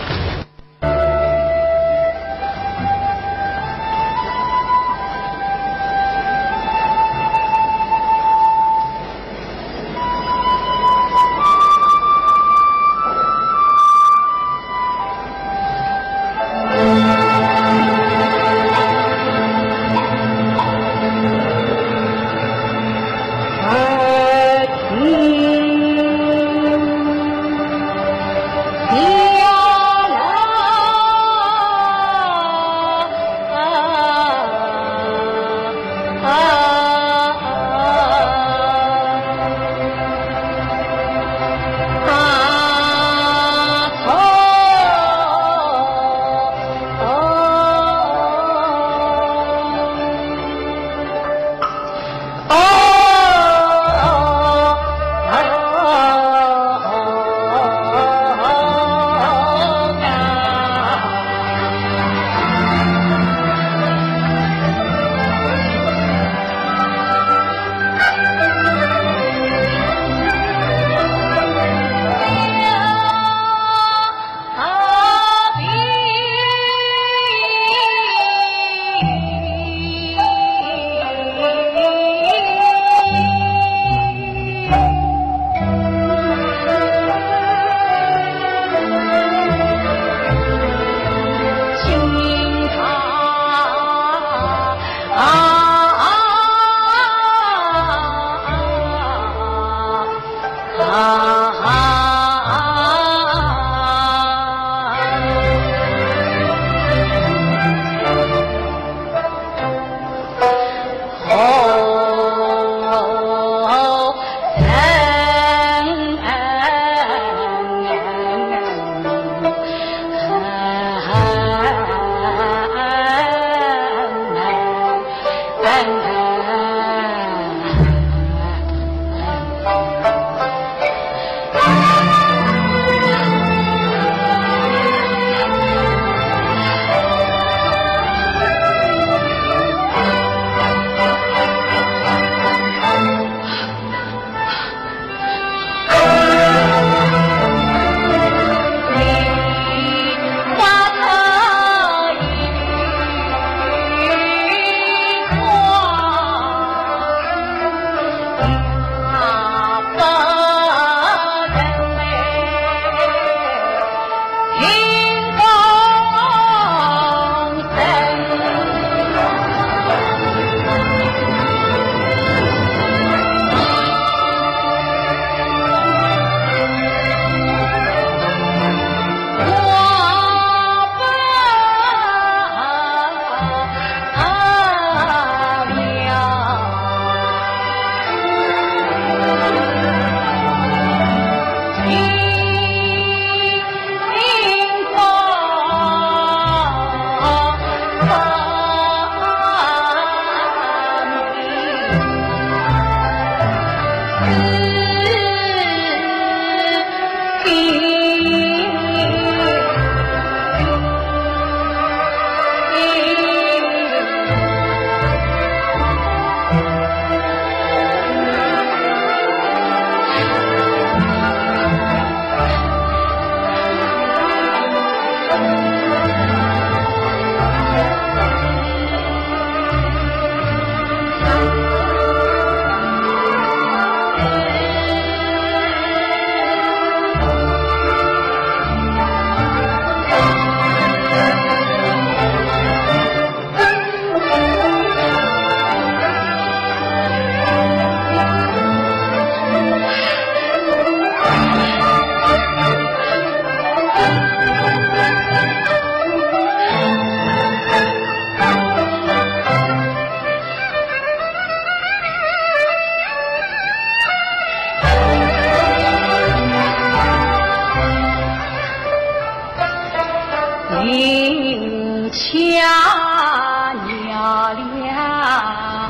名掐娘俩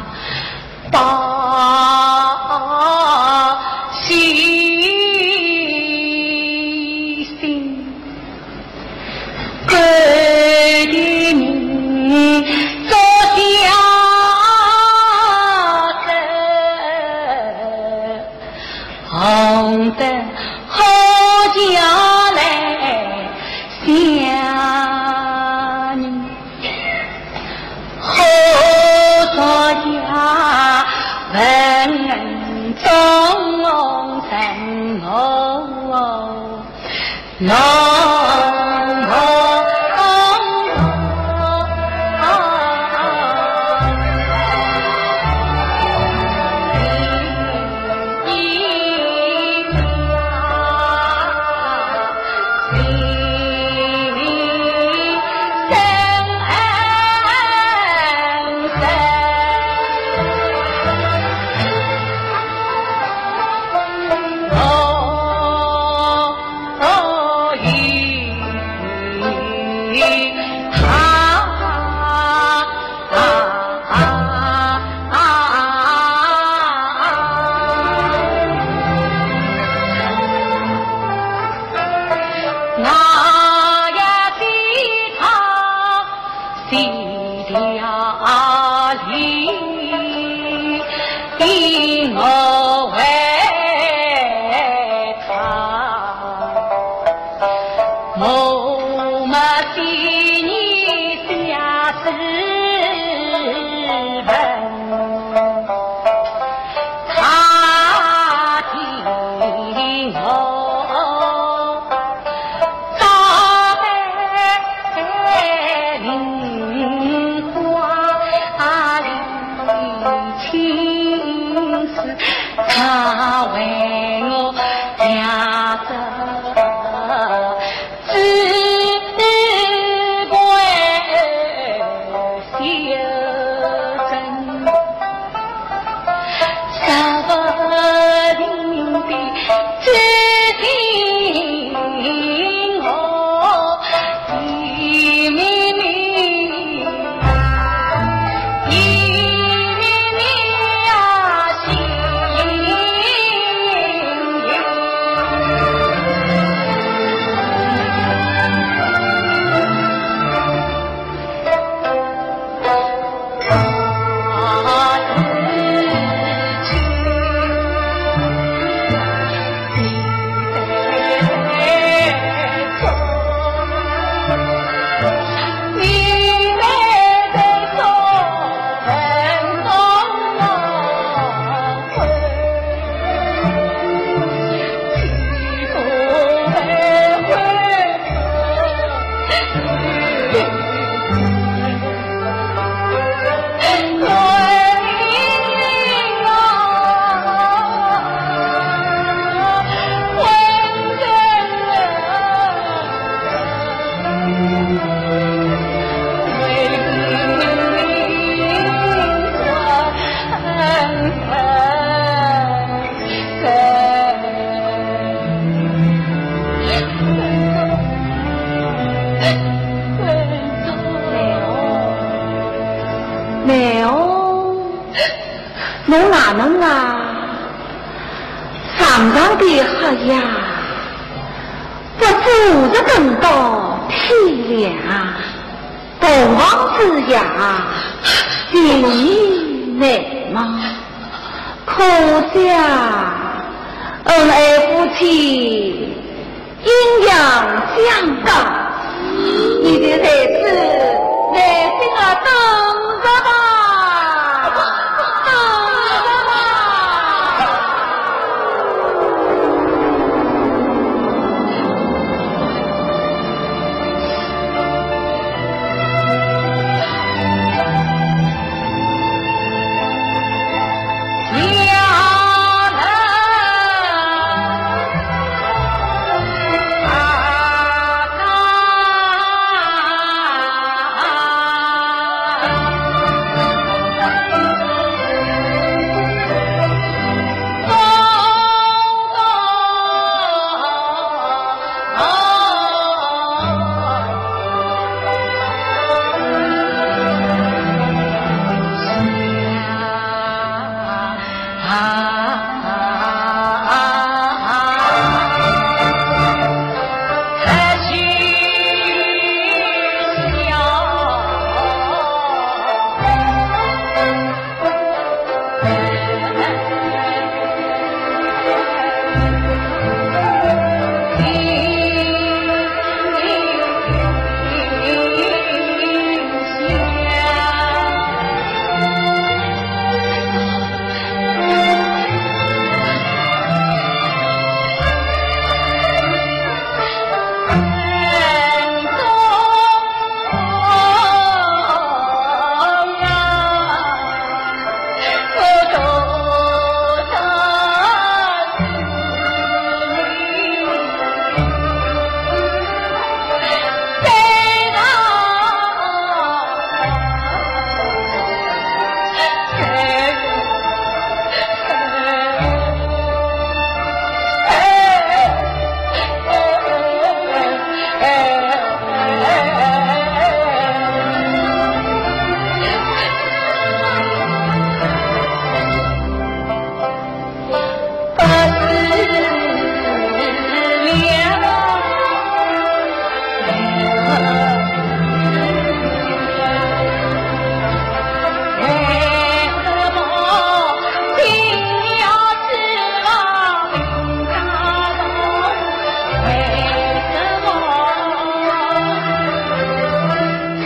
把心心给的名做下头红的好家来想你好作家文中成哦龙他为我俩个只怪修真，少不定的知心我一明明一侬哪能啊？上上的黑呀，不住着等到天亮，同房之夜，定你难吗？可惜恩爱夫妻阴阳相隔，你的孩子耐心啊等着吧。啊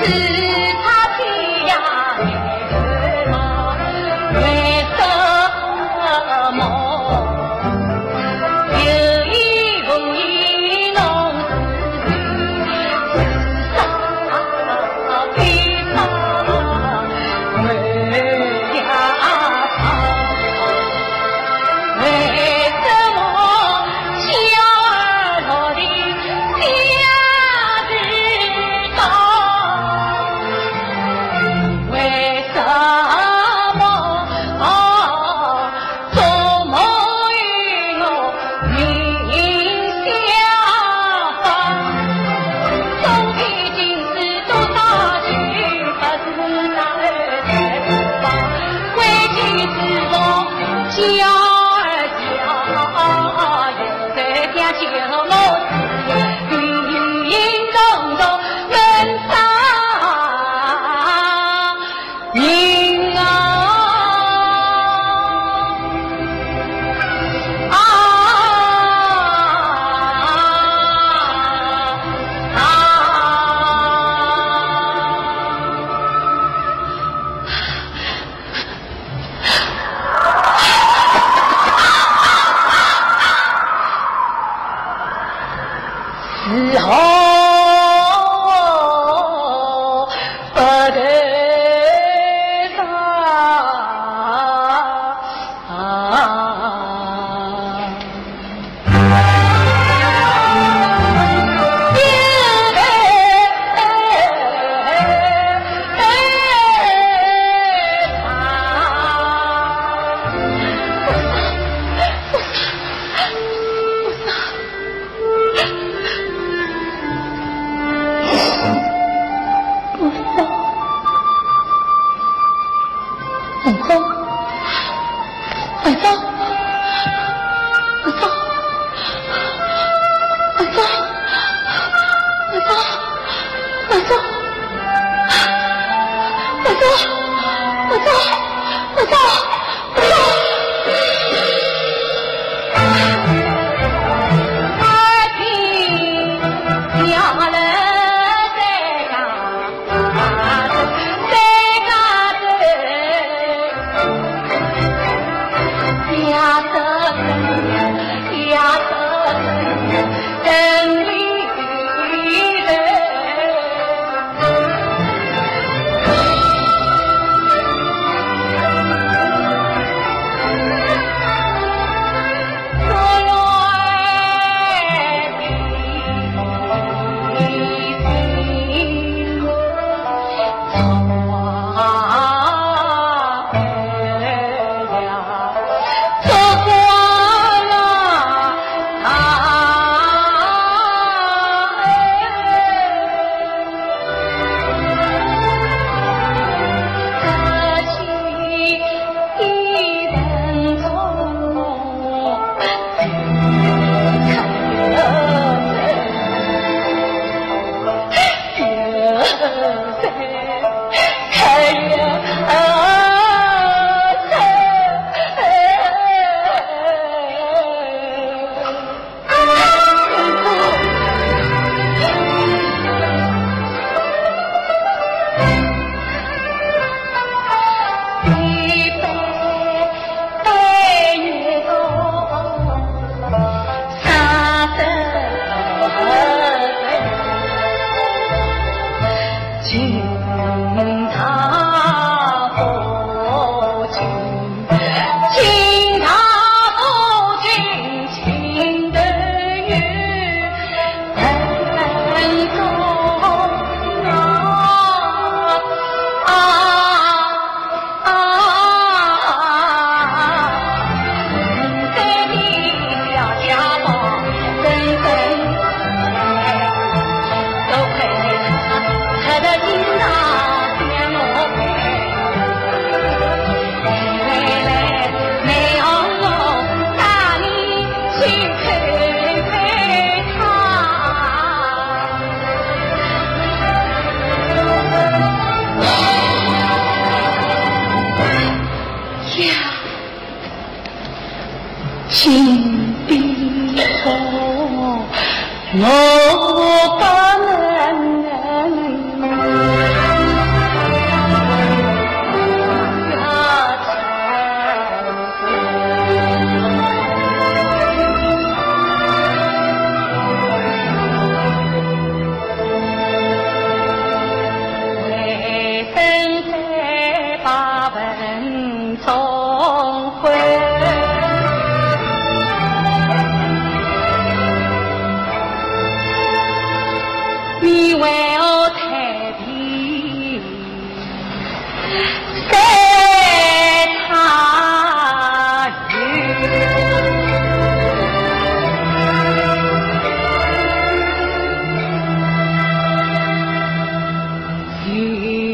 的金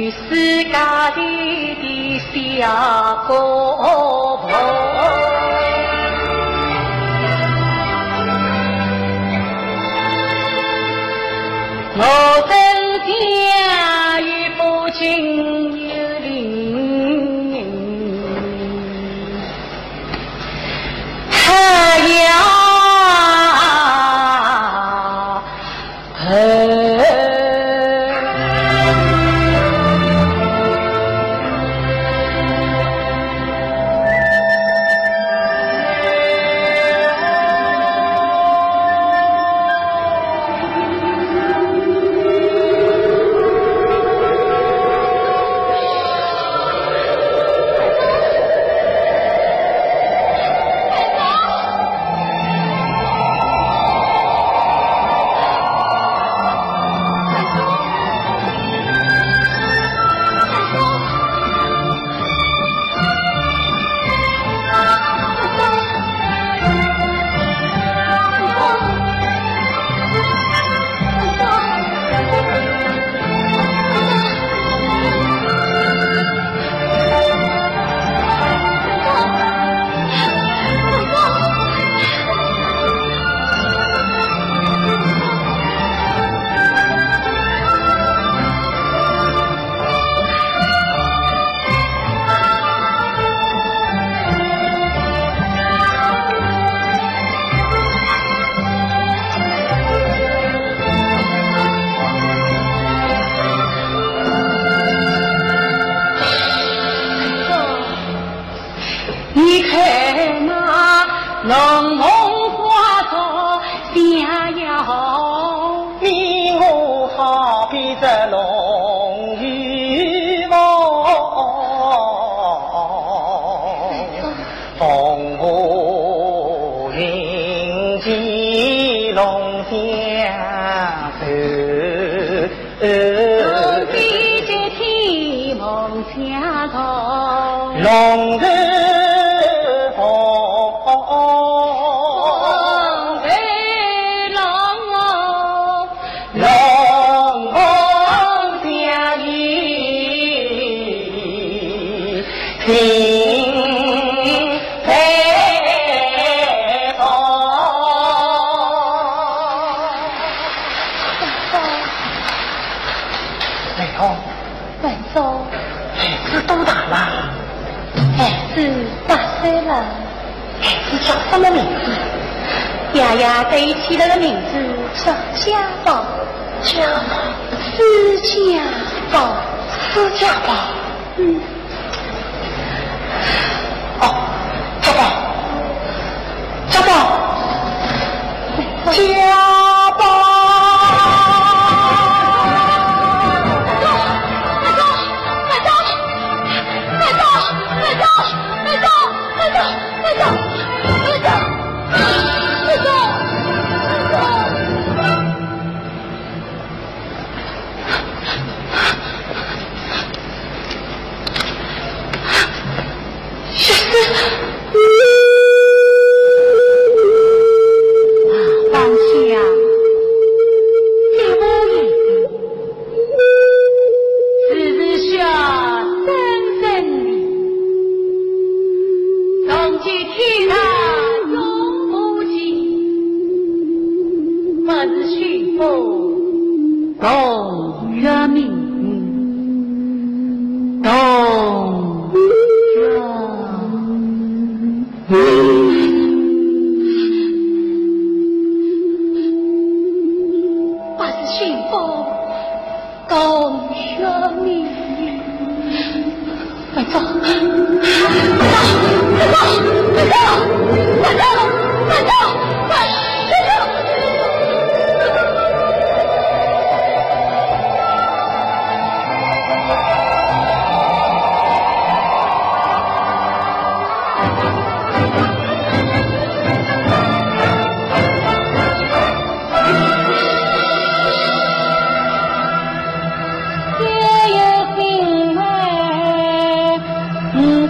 与世家里的小婆婆。我真家与父亲有邻，他要龙凤花草下摇， 你我好比这龙与凤，凤舞云际龙相守， 龙飞在天梦相同， 龙头什么名字？丫丫对起了个名字叫家宝，家宝，私家宝，私家宝。嗯。哦，家宝，家宝，家宝。 嗯。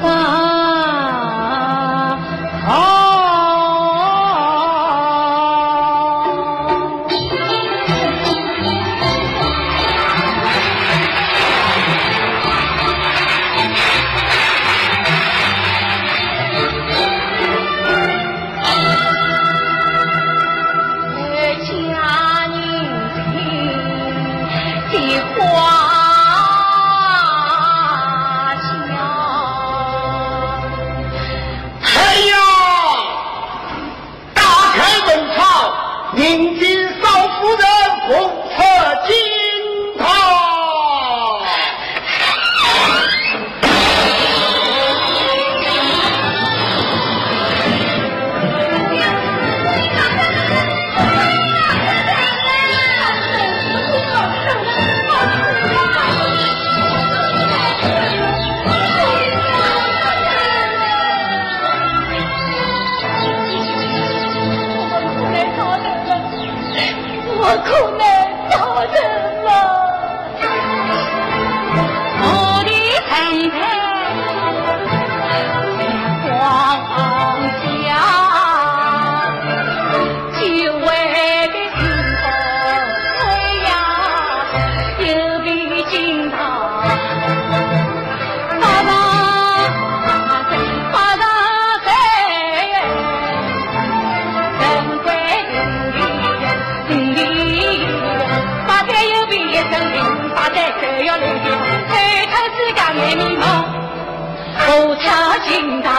夜迷蒙，无他惊到，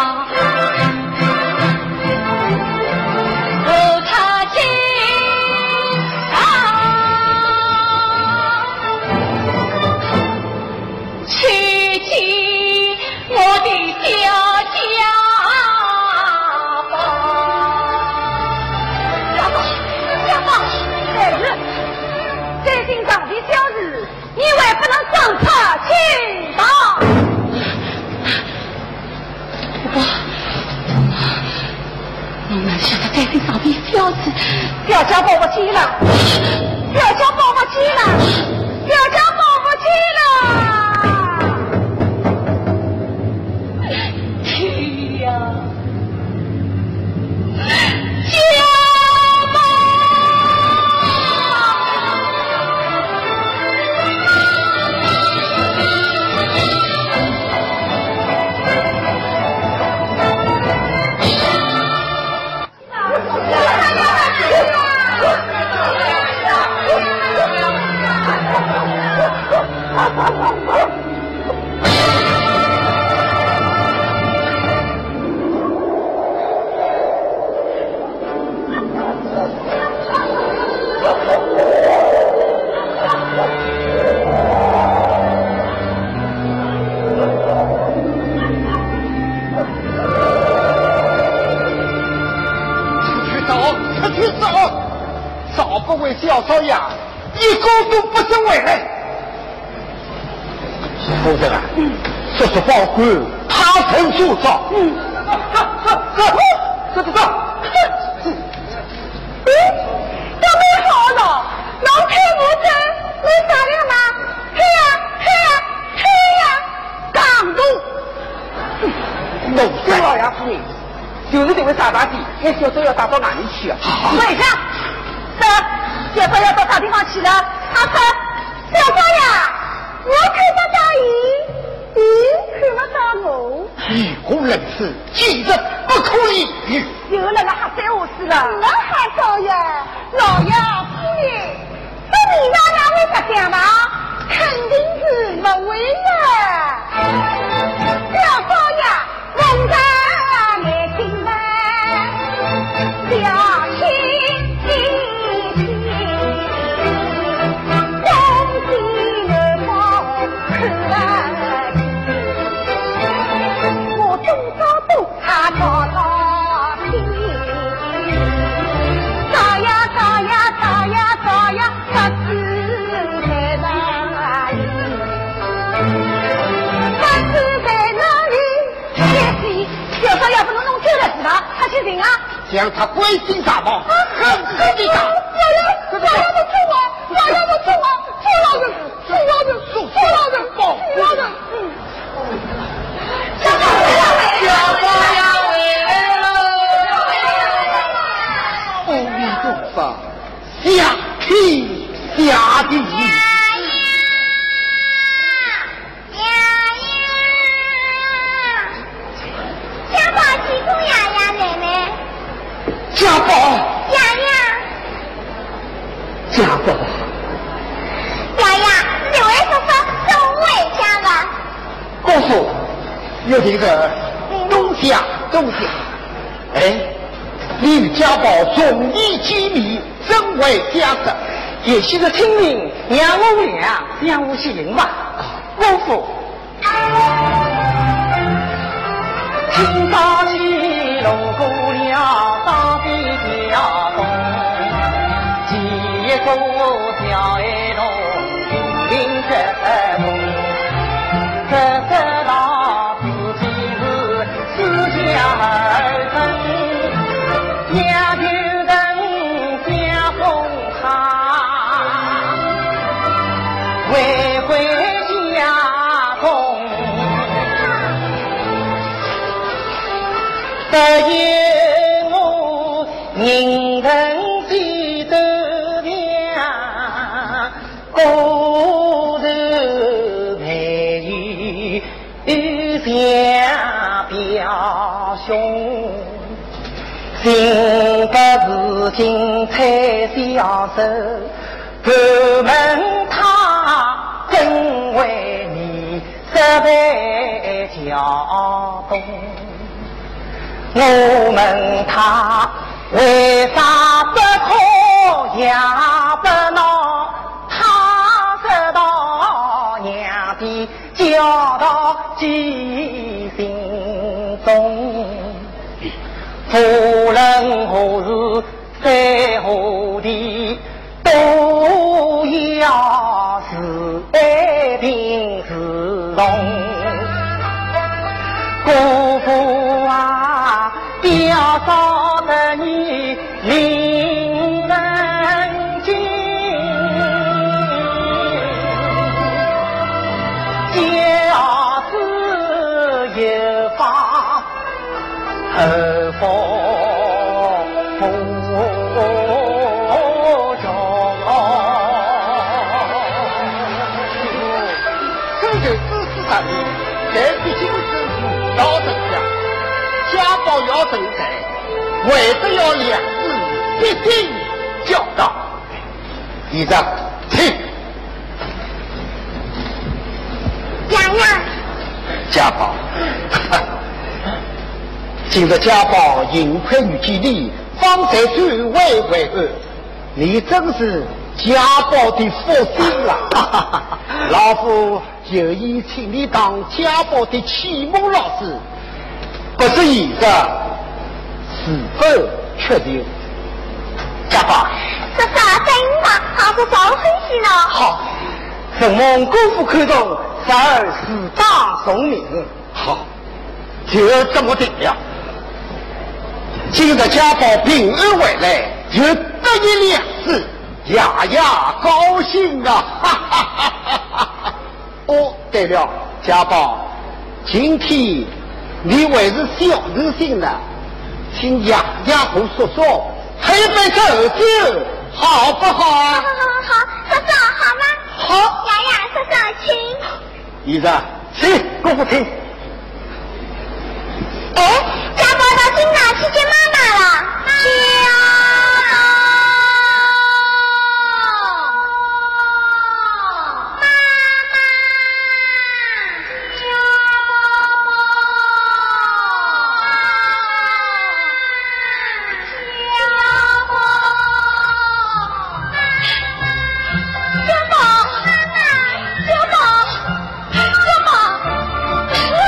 无他惊到，去见我的小家宝。 家宝，家宝，在日，最近长的小日，你为不能上车去吧？ 不过，我哪晓得在这上边小子， 小家宝不去了，小家宝不去了，小家宝不去了。 去呀，家宝！ 小少爷一个都不是为人。否则啊，嗯，这是报官，他曾所造。嗯，走走走走走。 嗯，这没好了，老太不真，没商量吗？嘿呀嘿呀嘿呀，港督。 农村老爷夫人，就是这位傻大姐，还小少要打到哪里去啊？ 为啥？是。小少爷到啥地方去了？阿芬，小少爷，我看不到你，你看不到我。 以公人士，今日不可以与。 有那个哈三我死了。那哈少爷，老爷夫人，这你让两位不讲吗？肯定是不为了。小少爷，问他来听吧，小青。小少爷不能弄丢了是吧？他去人啊！ 将他归心大报，狠狠地打！ 老爷，老爷不救我！老爷不救我！救老人！救老人！救老人！救老人！嗯。小少爷， 小少爷回来了！阿弥陀佛，下天下地。家宝， 丫丫， 家宝， 丫丫，你为什么总为家了？ 姑父，有这个东家东家，哎，你与家宝总义机密，真为家事， 也是个亲民，让我俩让我去赢吧。姑父，听到起龙姑娘当比家东，几座小爱龙平平这东，这这老自己是自家儿孙，家就等家风他，为回家中。只有我人人记得了，高头陪与相表兄，今个事情才消受，不问他真为你生被搅动。我问他为啥不哭也不闹，他说道娘的教导记心中，无论何事在何地都要是爱平自动。姑父啊，表嫂的你令人敬，假使有法后方不中。 这就知识上面，在必经之处到人家，家暴要正在，为的要两字必定教导。医生，请。 娘娘， 家暴，今日家暴盈亏于己利，方才转为为恶，你真是家暴的福星了。老夫有意请你当家暴的启蒙老师，不是现在是否确定？家暴， 这啥声音嘛？还是少分析呢？ 好，承蒙姑父看中，三儿四大聪明。 好，就这么定了。今日家宝平安回来，就得一两次，呀呀高兴啊！哈哈哈哈哈！哦，对了，家宝，今天你还是小日性呢，请丫丫和叔叔喝杯酒酒，好不好啊？ 好好好，叔叔好吗？ 好。 丫丫，叔叔请。 医生，请姑父请。 哎，家宝到今哪去见妈妈了？去啊！ 家宝，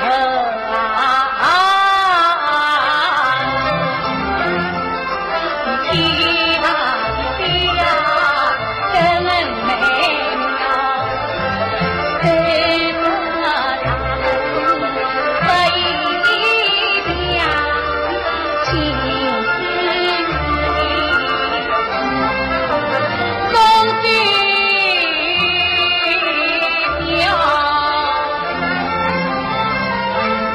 公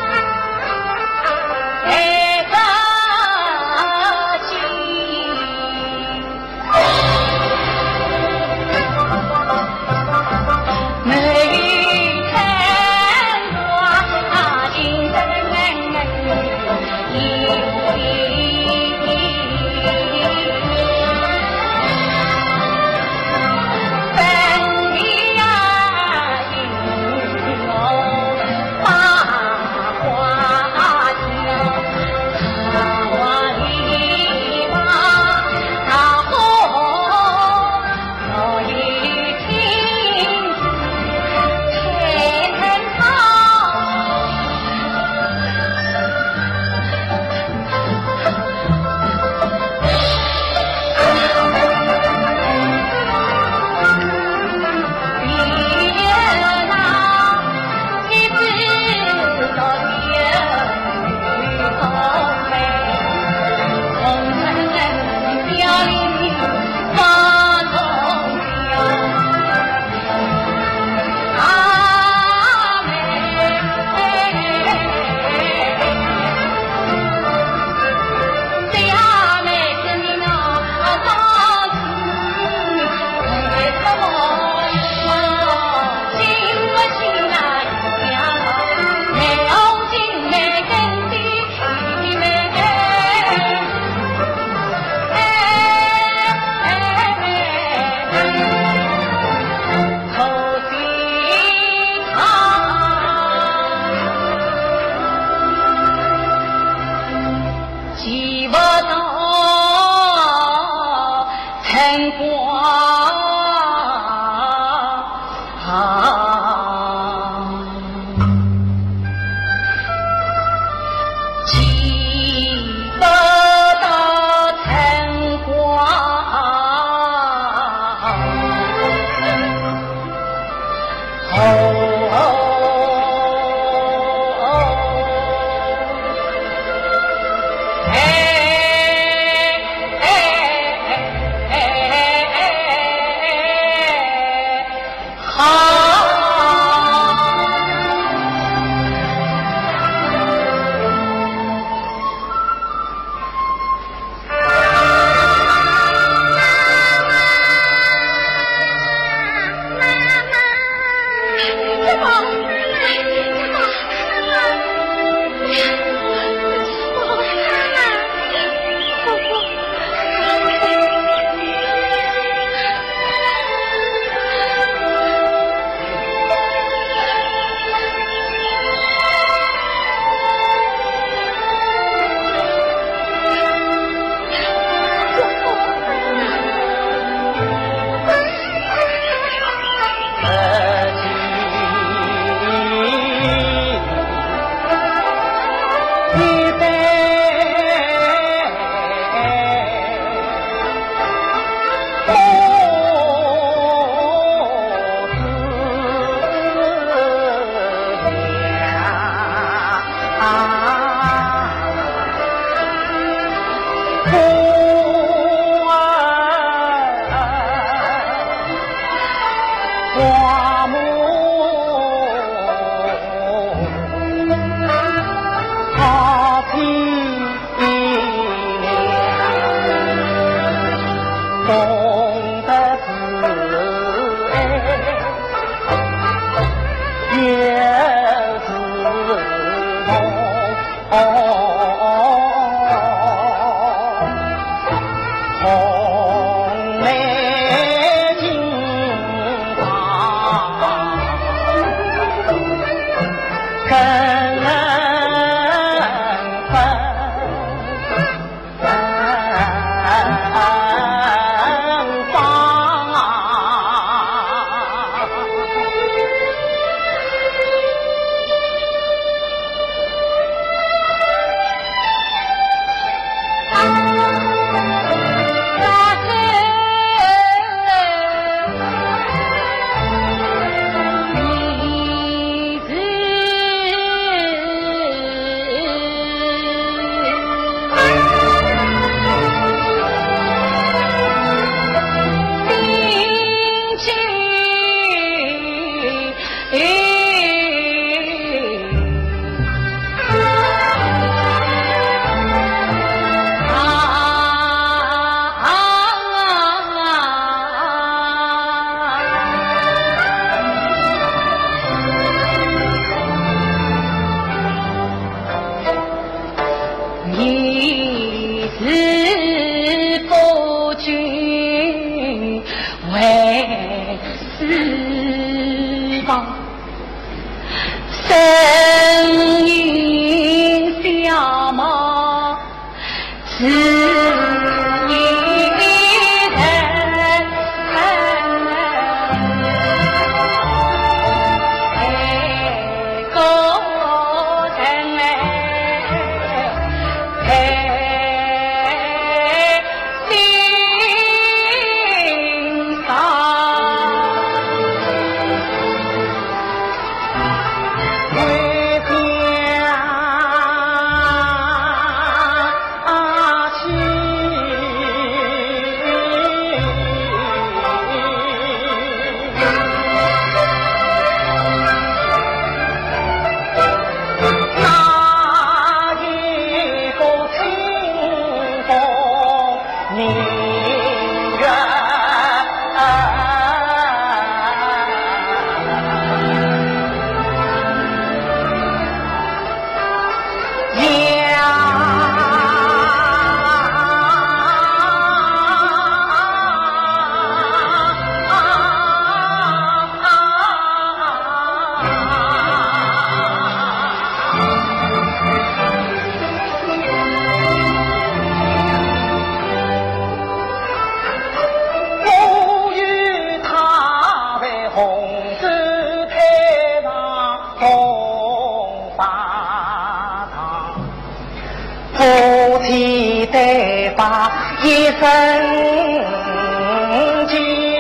把堂，夫妻对把一生情，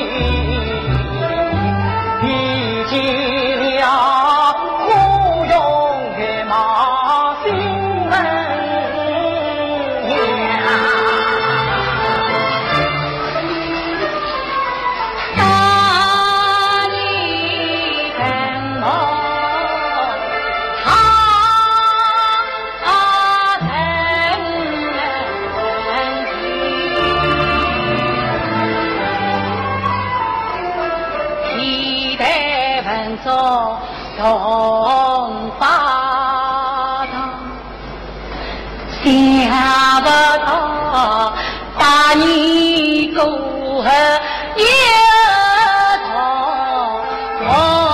遇见了孤勇月马新闻呀。做东八堂，想不到把你过河一趟。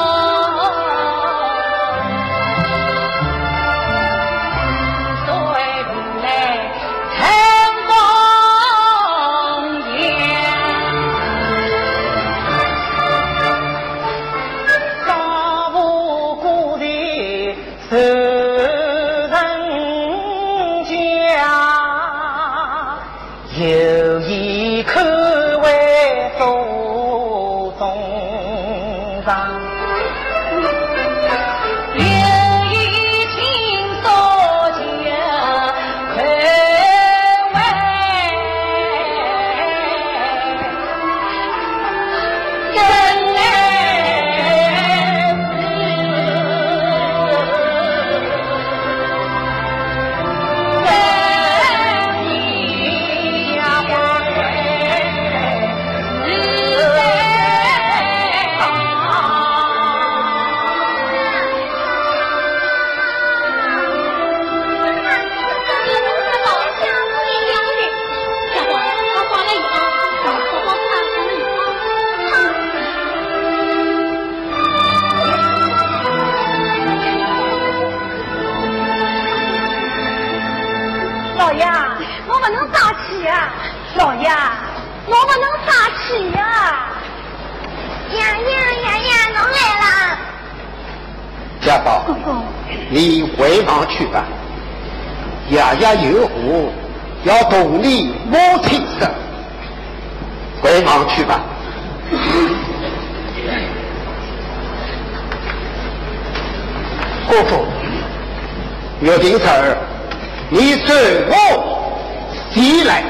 有一口为祖宗上，有一情所求可为真老爷，我不能撒气啊！老爷，我不能撒气呀！ 呀呀呀呀，侬来了！ 家宝， 公公， 你回房去吧。爷爷有福，要同你母亲生。回房去吧。姑父，约定事儿。你随我西来。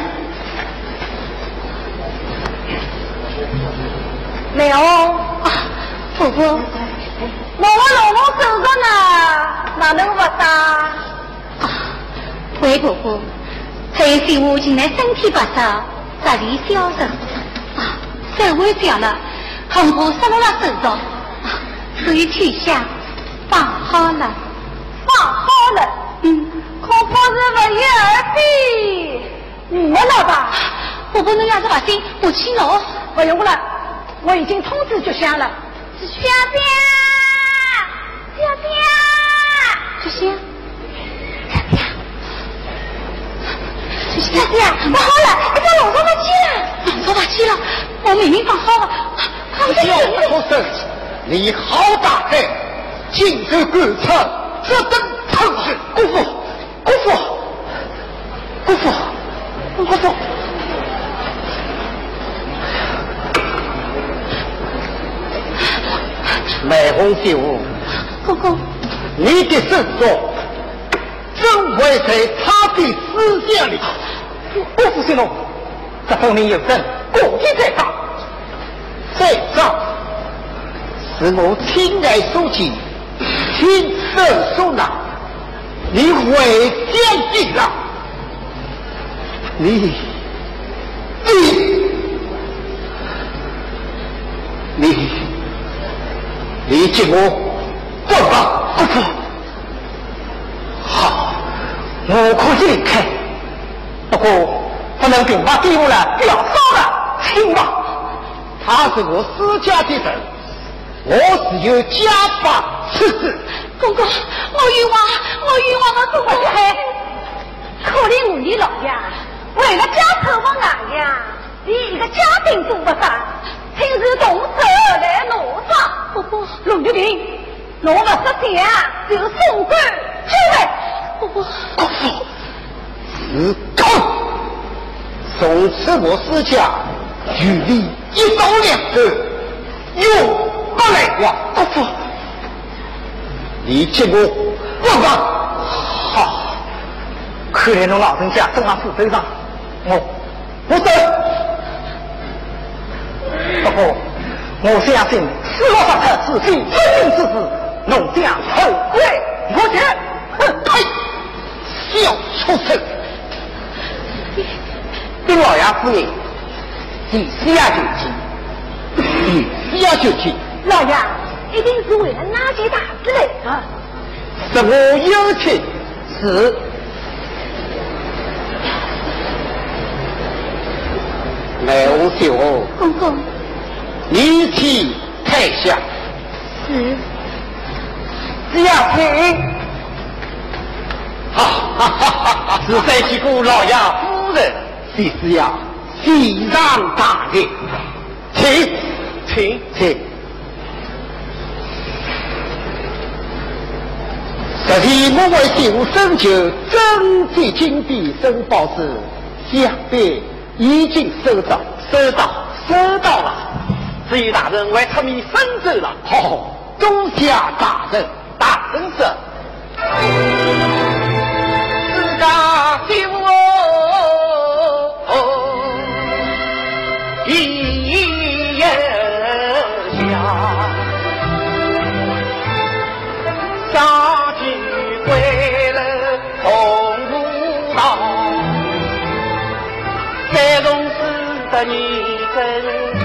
没有啊，婆婆，我我老公手着呢，哪能不打？ 啊，回婆婆，黑媳妇近来身体不好，日里消瘦啊，稍微讲了，恐怕失落了手上啊，所以去下放好了， 放好了，嗯。恐怕是不言而喻。你们老大， 我不能让这把心我气恼。 不用了，我已经通知菊香了。 小姐，小姐， 菊香，菊香， 小姐，不好了，你把老婆把气了， 老婆把气了，我明明放好了，他们在小出生，你好大胆，竟敢干出这等丑事！ 姑父。姑父，姑父，姑父， 美红媳妇， 公公， 你的身手怎会在他的思想里？ 姑父息怒，这分明有人故意在上， 在上是我亲爱所见，亲手所拿。你违将定了，你你你你进我不放姑父，好，我可以离开，不过不能兵把地步了，不要烧了，听吧。 他是我私家的人，我是有家法出子。 公公，我冤枉，我冤枉了公公。 可怜我你老爷，为了家丑不爱呀，连一个家庭都不上，亲自动手来挪杀。 婆婆， 龙玉平， 我不识相，就送官出来。 国父，是狗！从此我私家距离一刀两断，永不来往。国父，你接我我吧。 好，可怜侬老人家正往死头上，我我走。不过我相信死路上特是非分明之子，侬将后悔莫及。哼！呸！小畜生！丁老爷夫人，第四呀就急，第四呀就急。 老爷一定是为了哪件大事来啊？ 是我有请，是来红秀哦， 公公， 你替太下。 是。 只要请。哈哈哈哈哈！是三七姑老爷夫人，第四呀，喜上大礼，请请请。这里我为新生就征集金币申报时，想必已经收到，收到，收到了。至于大人为出面分走了，好，多谢大人，大人是。自家媳妇一言下，杀鸡归了红路道，该弄死的你真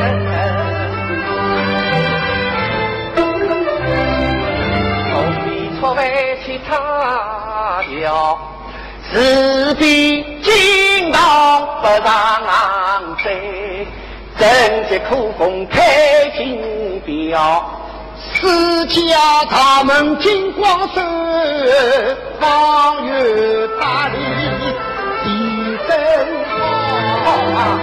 从你错为其他掉。自比金刀不让贼，正直苦功开金表，私家他们金光手，方圆大礼一生好。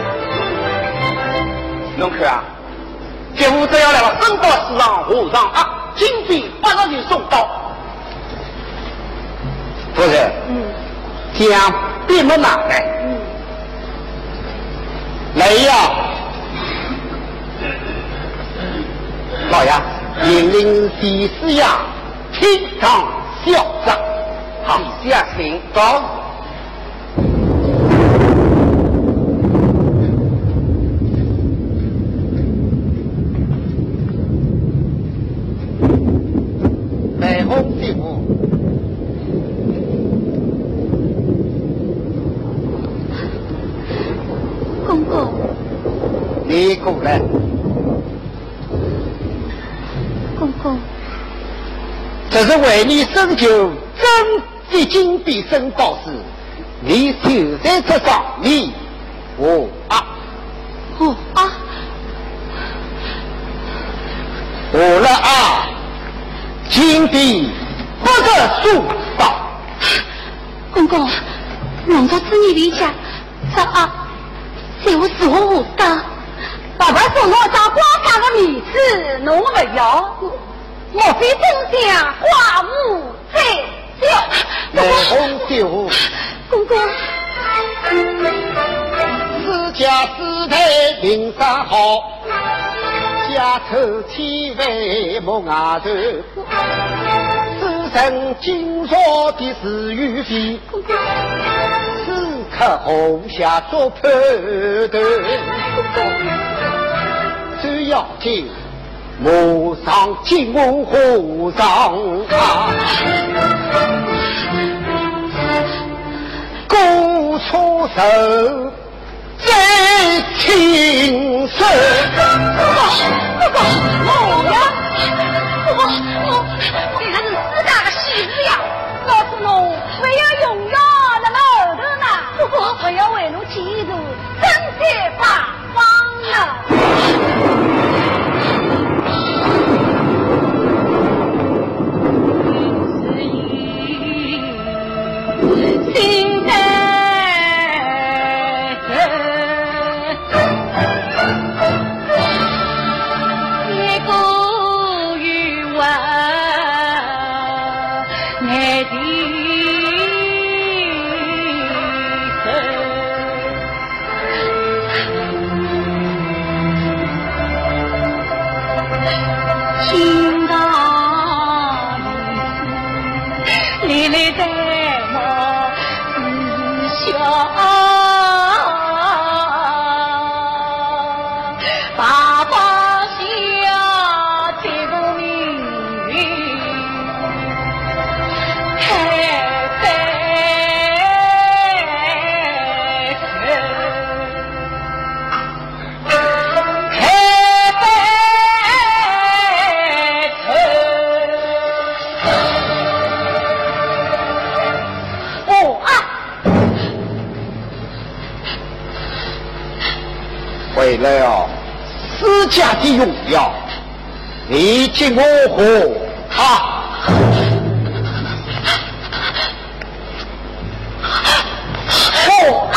侬看啊，这户只要来了申报市场和尚啊，金币马上就送到。夫人，嗯，将笔墨拿来，嗯，来呀，老爷，引领第四呀，清场校长，好，第四呀，请走。来红媳妇。 公公， 你过来。 公公， 这是为你深究真的金币申报时，你就在这上面。哦啊， 哦啊， 我了啊，金币不得数到。 公公，弄到子女里家，这啊。就是我的， 爸爸送我张光家的面子，侬不要，莫非真相花无再笑？ 来红酒， 公公， 自家世代名声好，家头天为莫外头，此生今朝的是与非。可红下做判断，只要紧马上进我和尚啊！勾出手再亲手， 哥哥，我呀，哥哥，我我给他是四大的媳妇呀，告诉侬不要用药。我要为侬记住正解八方啊！ 心在一爱的手，情到历历在我思乡。大方下这个命运太悲惨，太悲惨。哦啊！ 为了私家的荣耀，你进我河啊！ 哦啊！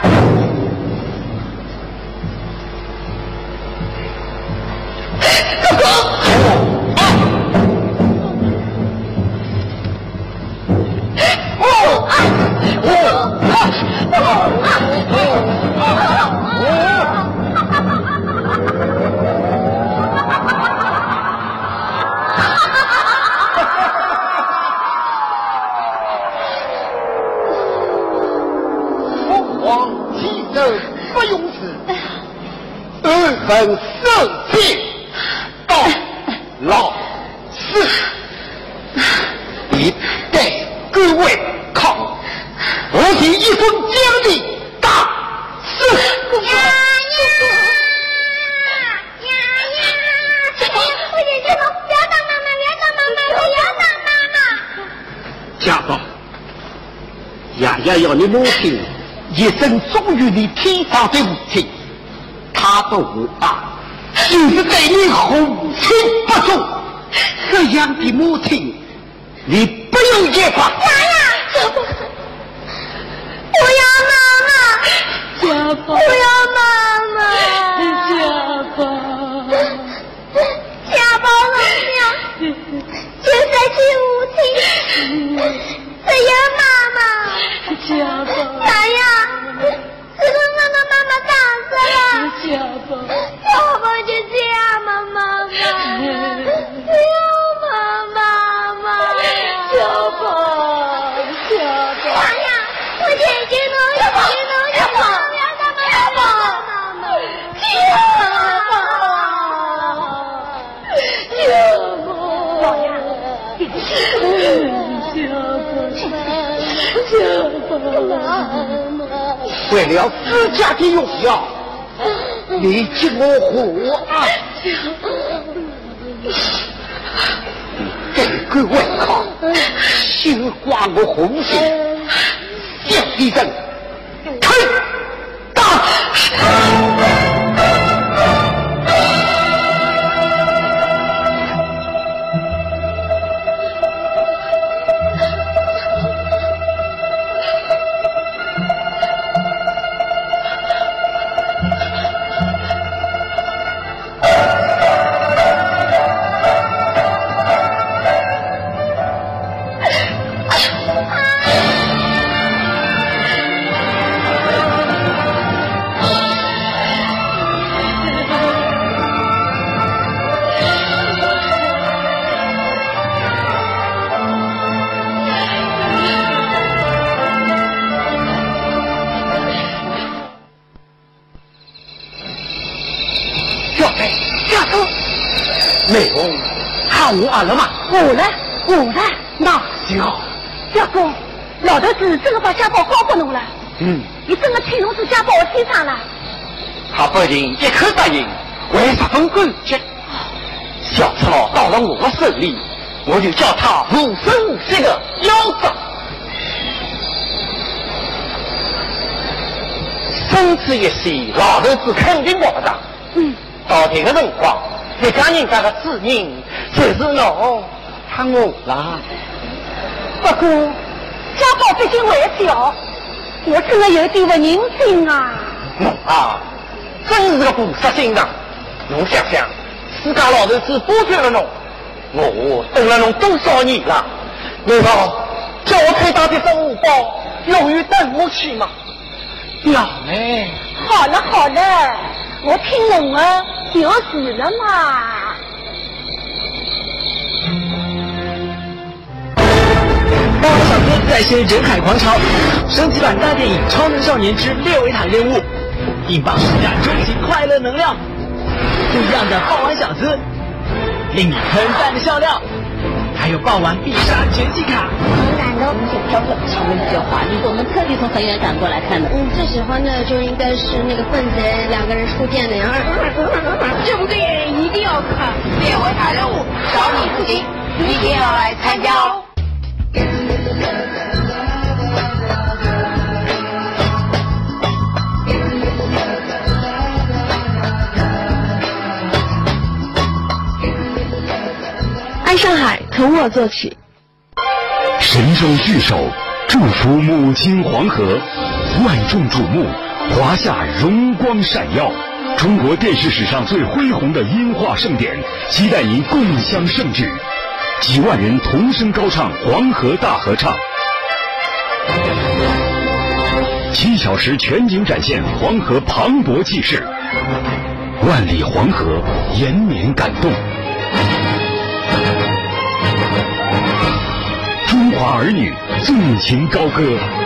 哥哥，哦啊！哦啊！哦啊！ 不用此，二分圣界到老四，一代各位抗，我请一封将令大四。 呀呀呀呀！我姐姐说不要当妈妈，不要当妈妈，不要当妈妈。 家宝，爷爷要你母亲一生忠于你天上的母亲，他的无爱就是对你红情不忠，这样的母亲你不用结巴。 妈呀！不要妈妈！ 家宝， 不要妈妈！ 家宝， 家宝老娘就在去无情，只有妈妈。 家宝， 妈呀！这个妈妈妈妈打死了！ 家宝， 家宝就这样嘛，妈妈，不要妈妈妈， 家宝，家宝， 妈呀！我姐姐呢？我姐姐呢？家宝，家宝，妈妈，家宝，家宝， 老爷， 家宝，家宝。 为了自家的荣耀，你进我河啊！给各位看，休挂我红心，叫一声开打！美红，看我俺了吗？ 我来，我来， 那行。 表哥，老头子真的把家宝交给侬了。 嗯， 你真的替侬是家宝的天上了。 他不仅一口答应，为十分感激。小赤佬到了我手里，我就叫他无声无息的要走。生此一夕，老头子肯定活不着。 嗯， 到这个辰光，一家人家的主人就是侬和我啦。 不过家宝毕竟还小，我真的有点不忍心啊。 侬啊，真是个不识心肠。侬想想，自家老头子剥削了侬，我等了侬多少年了， 难道叫我配搭的这五包用于等我去吗？要呢。 好了好了，我听侬啊，就是了嘛。 霸王小哥再现人海狂潮，升级版大电影《超能少年之六维塔任务》，硬棒暑假终极快乐能量，不一样的爆丸小子，令你喷饭的笑料，还有爆丸必杀绝技卡。 感动，这飘飘场面比较华丽，我们特地从很远赶过来看的。 嗯，最喜欢的就应该是那个笨贼两个人触电的，然后这部电影一定要看。六维塔任务，找你不急，一定要来参加哦。 爱上海，从我做起。 神州聚首，祝福母亲黄河，万众瞩目，华夏荣光闪耀。中国电视史上最恢宏的音画盛典，期待您共襄盛举。几万人同声高唱黄河大合唱，七小时全景展现黄河磅礴气势，万里黄河延绵感动。中华儿女纵情高歌，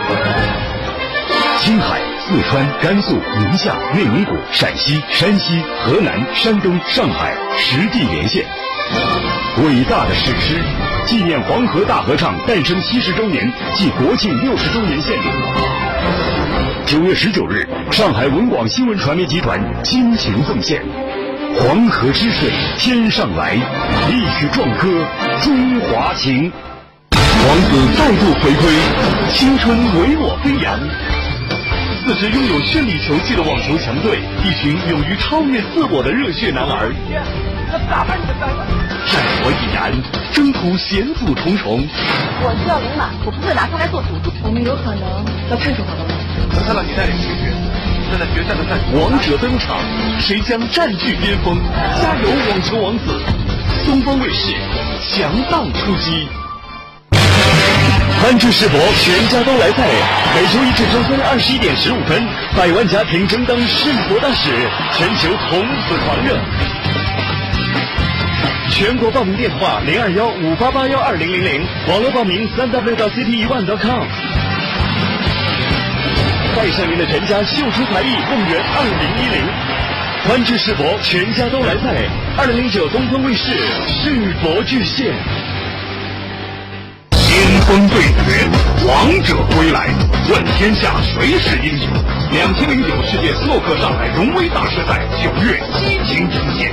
青海、四川、甘肃、宁夏、内蒙古、陕西、山西、河南、山东、上海实地连线，伟大的史诗，纪念黄河大合唱诞生七十周年暨国庆六十周年献礼。九月十九日，上海文广新闻传媒集团倾情奉献黄河之水天上来，一曲壮歌中华情。王子再度回归，青春为我飞扬。四支拥有绚丽球技的网球强队，一群勇于超越自我的热血男儿，战火已燃，征途险阻重重。 我需要龙马，我不会拿它来做赌注。 我们有可能要配合好了吗？ 能看到你带领球员站在决战的战场，王者登场，谁将占据巅峰？加油，网球王子！东方卫视强档出击。攀枝世博全家都来赛，每周一至周三二十一点十五分，百万家庭争当世博大使，全球同子狂热。全国报名电话零二幺五八八幺二零零零，网络报名三 w 到 c t 一万 .com。带上您的全家秀出才艺，梦圆二零一零。攀枝世博全家都来赛，二零零九东方卫视世博巨献。巅峰对决，王者归来，问天下谁是英雄？两千零九世界斯诺克上海荣威大师赛九月激情呈现。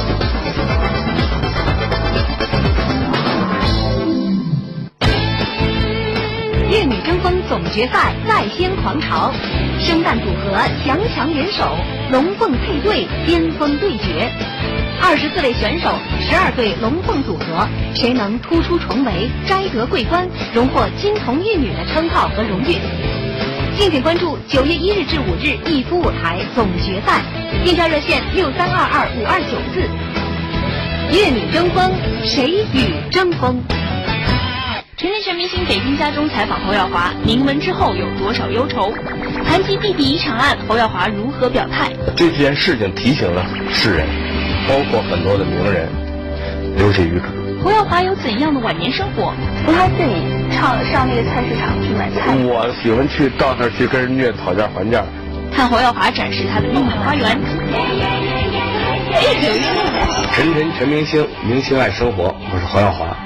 粤女争锋总决赛再掀狂潮，生旦组合强强联手，龙凤配对巅峰对决。二十四位选手，十二对龙凤组合，谁能突出重围，摘得桂冠，荣获金童玉女的称号和荣誉？敬请关注九月一日至五日逸夫舞台总决赛，订票热线六三二二五二九四。粤女争锋，谁与争锋？ 全人全明星北京家中采访侯耀华，名门之后有多少忧愁？谈及弟弟遗产案，侯耀华如何表态？ 这件事情提醒了世人，包括很多的名人，留这于主。 侯耀华有怎样的晚年生活？从他自己上上那个菜市场去买菜。 我喜欢去到那儿去跟人家讨价还价。 看侯耀华展示他的梦幻花园。九月六人人全明星，明星爱生活，我是侯耀华。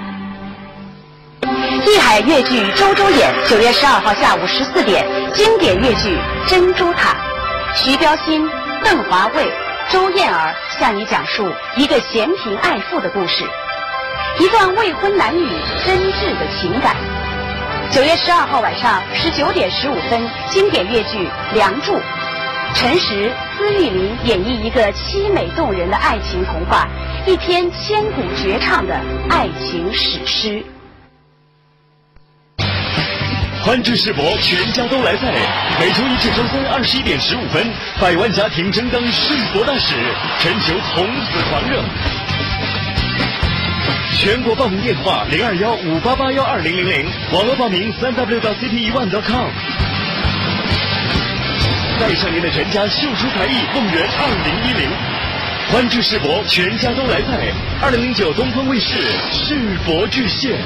艺海粤剧周周演，九月十二号下午十四点，经典粤剧《珍珠塔》，徐标新、邓华蔚、周燕儿向你讲述一个嫌贫爱富的故事，一段未婚男女真挚的情感。九月十二号晚上十九点十五分，经典粤剧《梁祝》，陈实、司玉林演绎一个凄美动人的爱情童话，一篇千古绝唱的爱情史诗。 攀枝世博全家都来赛，每周一至周三二十一点十五分，百万家庭争当世博大使，全球童子狂热。 全国报名电话零二幺五八八幺二零零零，网络报名三 w 到 c p 一万 .com。带上您的全家秀出才艺，梦圆二零一零，欢聚世博，全家都来赛。二零零九东风卫视世博巨献。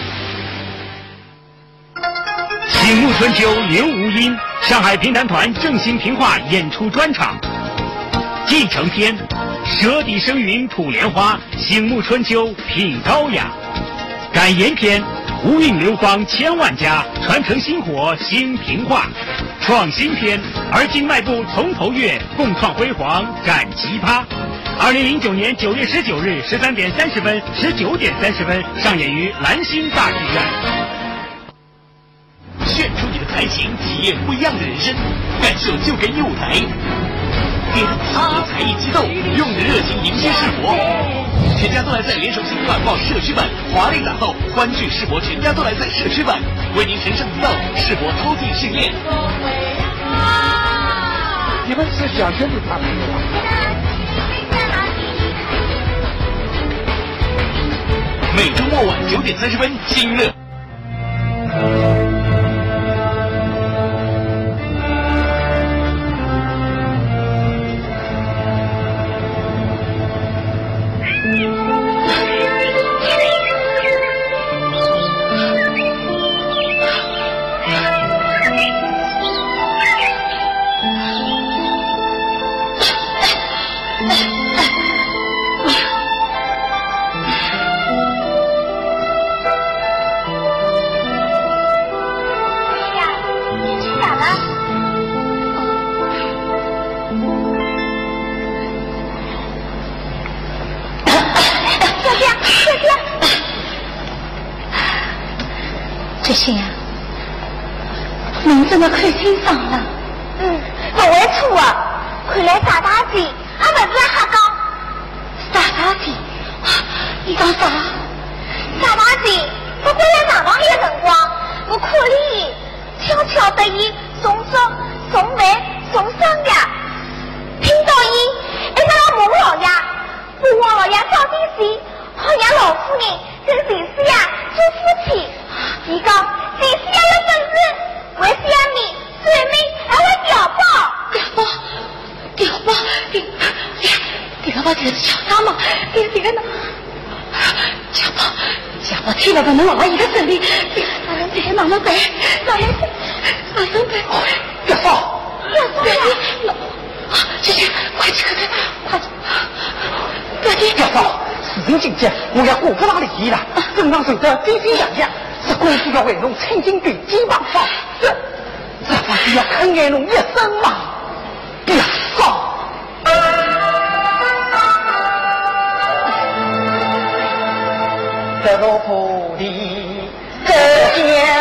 醒目春秋刘无音，上海评弹团正兴评话演出专场。继承篇，舌底生云吐莲花，醒目春秋品高雅。感言篇，无韵流芳千万家，传承薪火新评话。创新篇，而今迈步从头越，共创辉煌展奇葩。二零零九年九月十九日十三点三十分、十九点三十分上演于兰心大剧院。 炫出你的才情，体验不一样的人生，感受就给你舞台。别让他的才艺激动，用你的热情迎接世博。全家都来赛联手新晚报社区版，华丽打造欢聚世博全家都来赛社区版，为您呈上一道世博饕餮盛宴。 你们是小仙子他们吗？ 每周末晚九点三十分，新乐。 这些啊，侬真的看清爽了。 嗯，不会错啊。看来傻大姐，俺不是瞎讲。 傻大姐，你讲啥？ 傻大姐，不过来上房里的辰光，我看见伊悄悄得意送粥、送饭、送生的，听到伊还跟他孟老爷，我王老爷照电视，好让老夫人跟陈师爷做夫妻。伊讲陈师爷有本事，为下面最美还会调包。 调包，调包，调调包就是乔大嘛，这这个呢，调包，调包听了个侬老爷的手里，哪能这个哪能办？哪能办？哪能办？ 表嫂， 表嫂呀！ 姐姐，快去看看，快去！表弟， 表嫂，事情紧急，我要顾不上理去了，正常守着飞飞扬扬。这公主要为侬亲近对肩膀上，这这不是要坑害侬一生吗？表嫂，这座菩提这家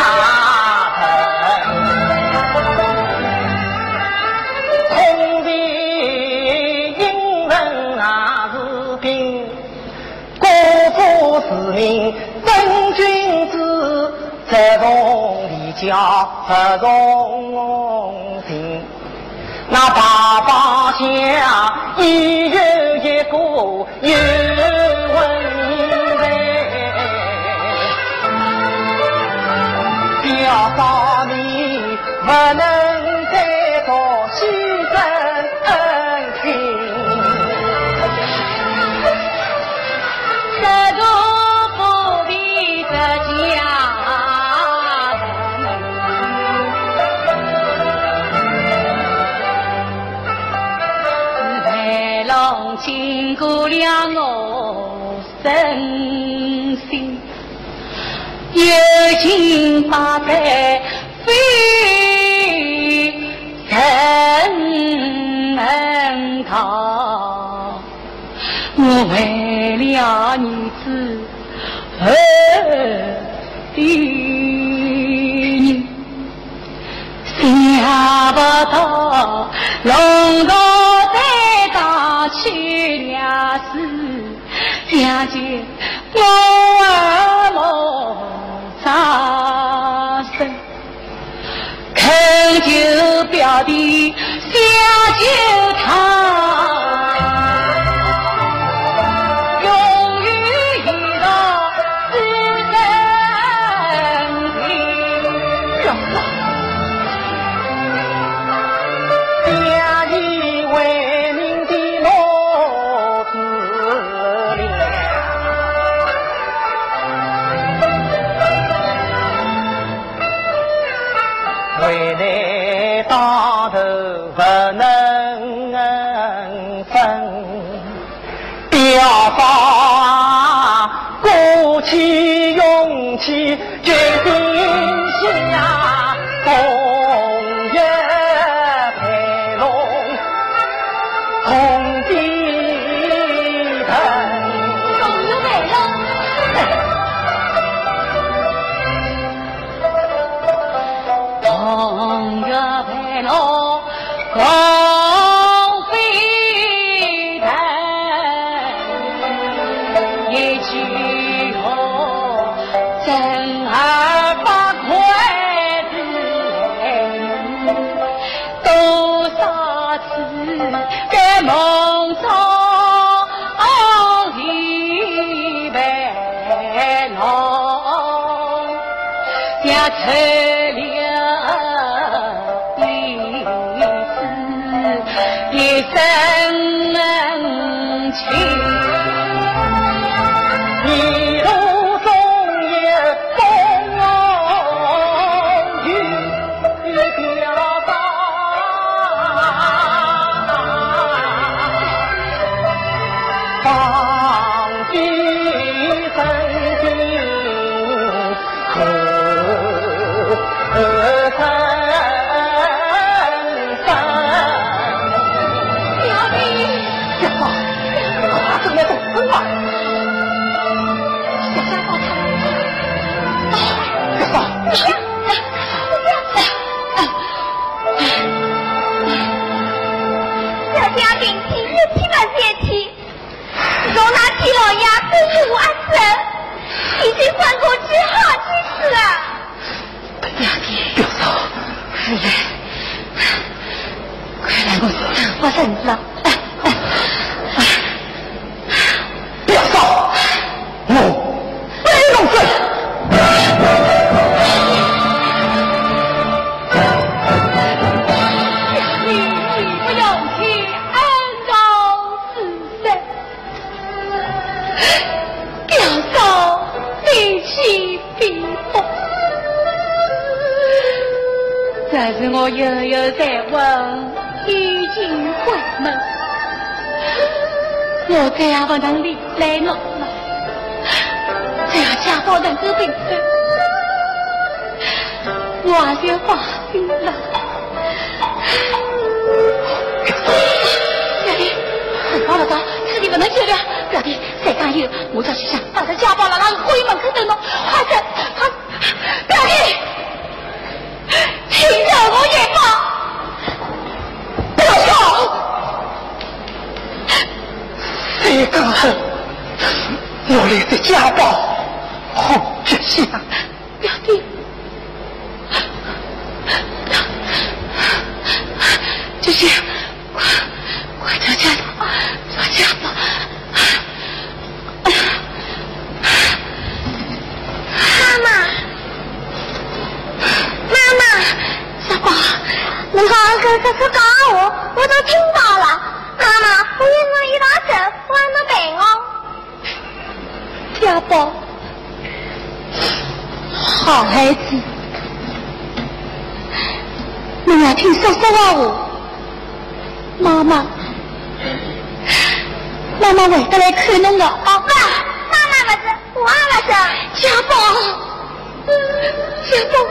空的英文啊是凭国父是民真君子，这种理家这种情，那爸爸家已有一个有文人，表嫂你不能再做牺牲情。 这个不必的家人，白龙经过了我身心，有情八百非人逃。我为了儿子儿的女，想不到龙头再打去了是两姐我儿莫扎身，恳求表弟相救他。永远一道到头不能分，表发鼓起勇气决定下风月培龙红地盆。 风月培龙。红月培龙红飞腾，一曲后正儿八块子，多少次在梦中一杯浓，像吹了一生情，一路中有风雨飘荡，放低身心和和老爷跟我生，已经翻过去好几次了。表弟，表嫂，是嘞，快来我手发绳子了。 表嫂，我没弄醉。 但是我悠悠在问，已经回门，我再也不能离来侬了。只要家宝能够平安，我就放心了。表弟，很高了高，此地不能久留。表弟，再讲有，我就去想把这家宝拉到回门口等侬，快点，快！表弟。听着我一话，表嫂，谁讲后，我来的家宝红着下，表弟，就是快快到家了，到家宝， 妈妈。妈妈，小宝，你刚刚跟叔叔讲话，我都听到了。妈妈，我要侬一大手，我要侬陪我。 小宝，好孩子，你要听叔叔的话。妈妈，妈妈会得来看侬的啊！ 不，妈妈不是，我也不是。 小宝，小宝。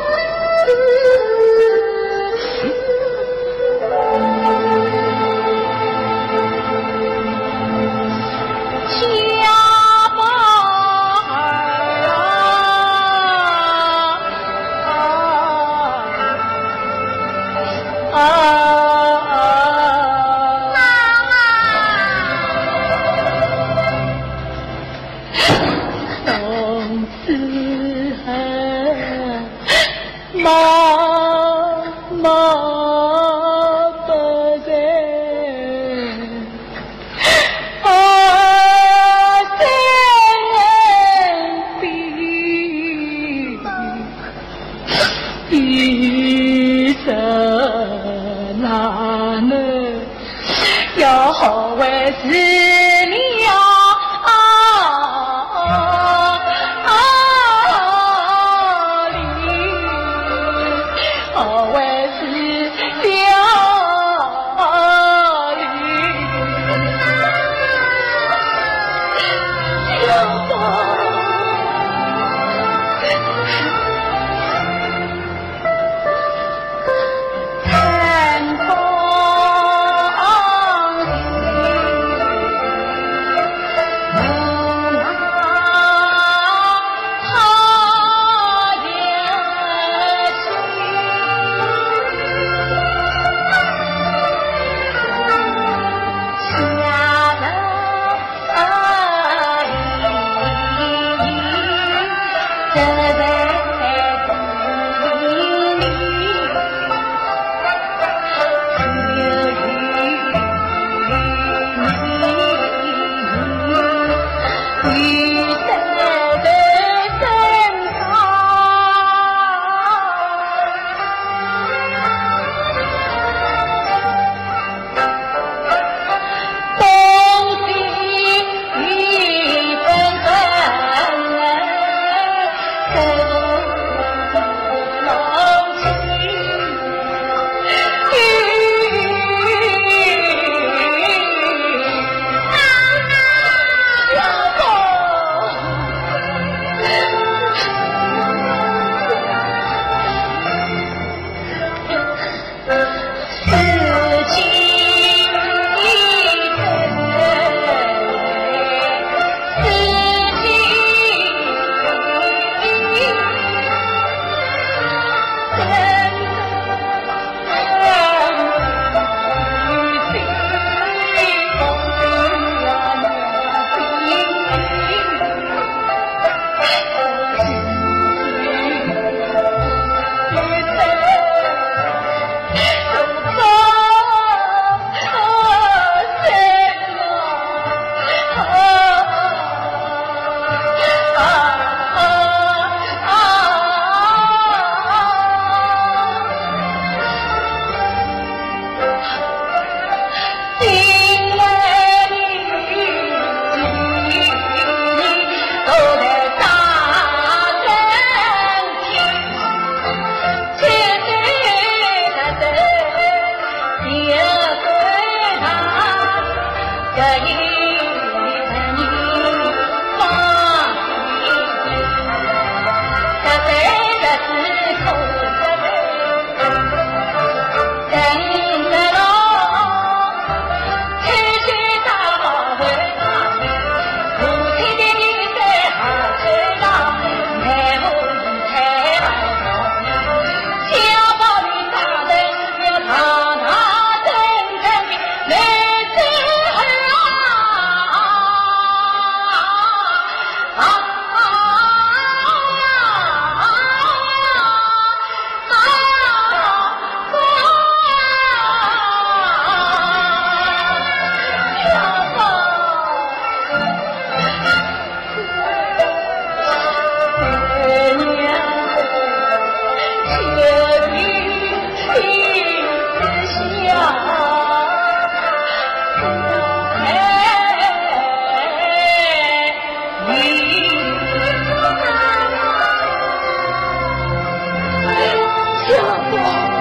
小光，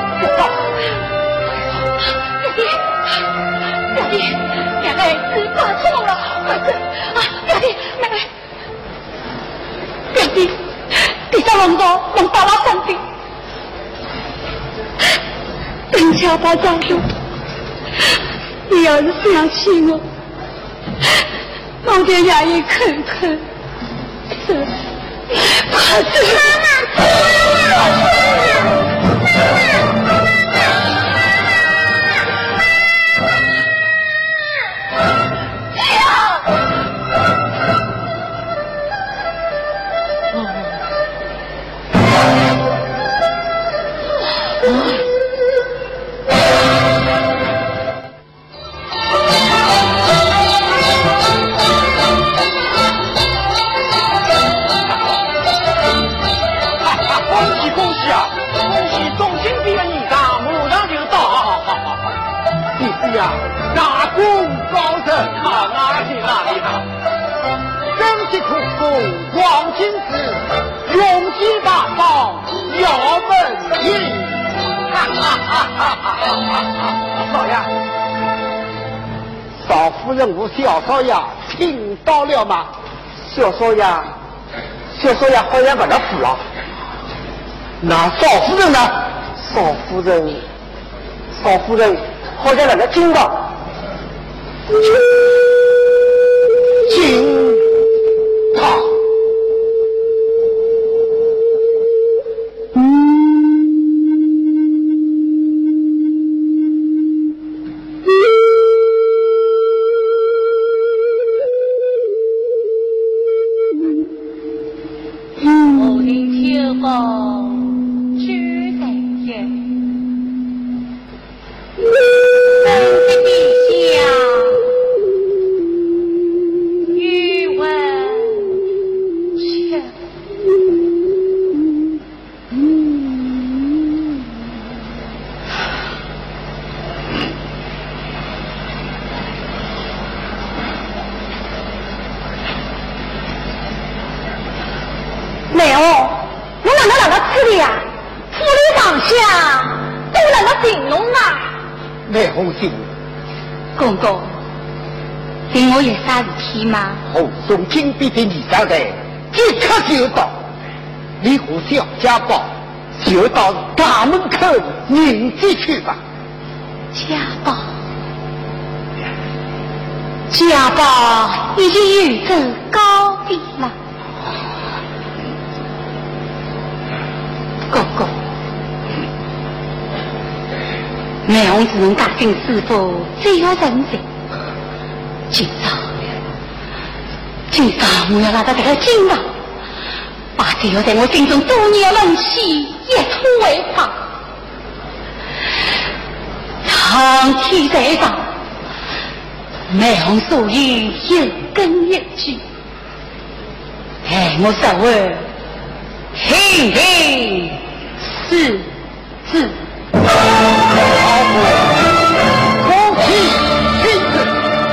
表弟，表弟，两个儿子发痛了，快快啊！表弟，来来，表弟，地上龙刀往打拉上的，等下把家住，你要是想起我，我就让你看看，这快点！妈妈，妈妈。 大功高升，啊，哪里哪里哪！真是苦功黄金子，永吉大方要问赢。哈哈哈哈哈哈！少爷，少夫人和小少爷听到了吗？ 小少爷，小少爷好像把他服了。 那少夫人呢？ 少夫人，少夫人好像在那惊到。 惊他。 我的秋风知在天，本的地下。 没有，我哪能让他吃的呀？府里上下都让他顶弄啊！ 内红心， 公公，对我有啥事体吗？ 后送金币的你上来，即刻就到。你和小家宝就到大门口迎接去吧。 家宝，家宝已经远走高飞了。公公，美红只能打进师傅，只有人才。今朝，今朝我要拉到这个金堂，把只有在我心中多年的闷气一吐为快。苍天在上，美红所言有根有据，哎，我实为听听。是是， 好不，恭喜亲子。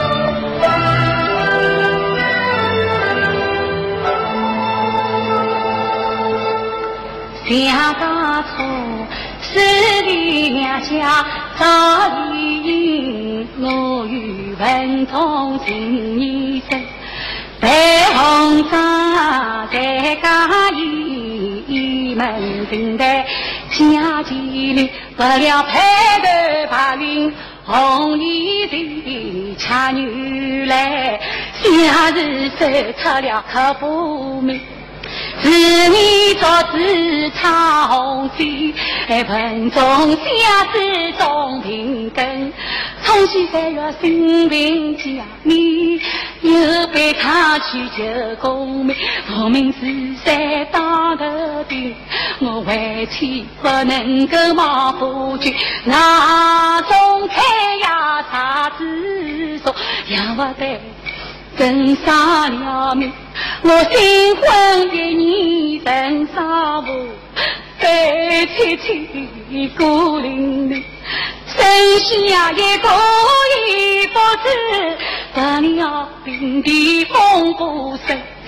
想当初十里娘家早已我与文中情意深，白红纱在家一门正在家前里，不料排头白云红衣的恰女来，夏日收出了可不明。是你早知唱红线，盆中相知总平根。从西山月新平家面，又被他去求功名。无名是山当头顶，我为妻不能够冒夫君。那种开呀啥子说，养不得。真杀了命，我新婚一年人上路，悲凄凄孤零零，生下一个一不知，得了病的风不生，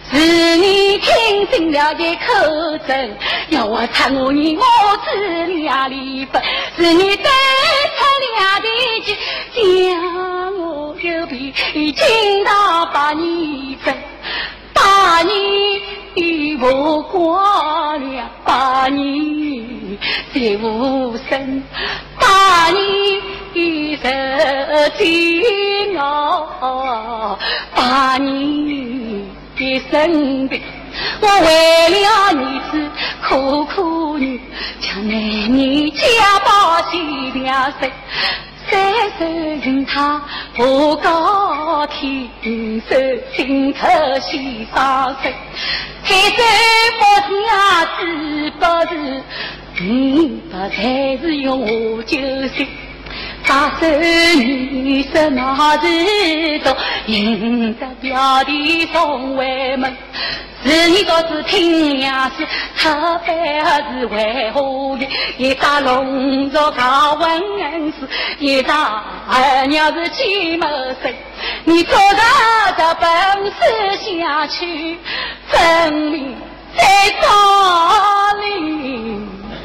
是你听信了的口证，要我参我你母子俩离分，是你对他俩的计，将我又比听到把你分，把你不过了，把你在无声，把你受煎熬，把你的生病，我为了你是苦苦女，将男女家暴洗掉谁？三手人他不高天，手心头洗伤手，开手不听啊，知不是？嗯，不才是用我救心。把手女什么事都迎着表弟送回门，是你倒是听娘是特别是为何的？一打龙族搞文恩事，一打二娘是鸡毛生，你做着这本事下去，分明在道理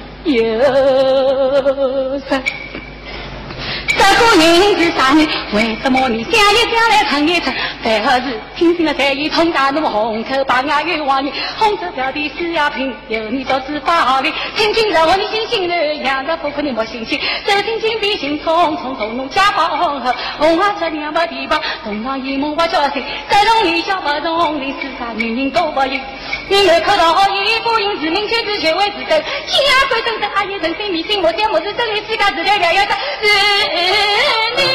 有神。这个人是啥人？为什么你想一想来唱一唱？最后是听信了这一通大怒，红口把牙冤枉你，红手表的是呀凭有你做知法理，听君让我你心心热，养的不可你莫心心，这听君比心匆匆从弄家暴红后，红啊这两把地方，东方一梦我叫醒，这种理想不容易，世上女人都不有。你没看到一不因自命却自学为自斗，家规正正阿爷人生迷信，我见我是这里自家自了了要的是你。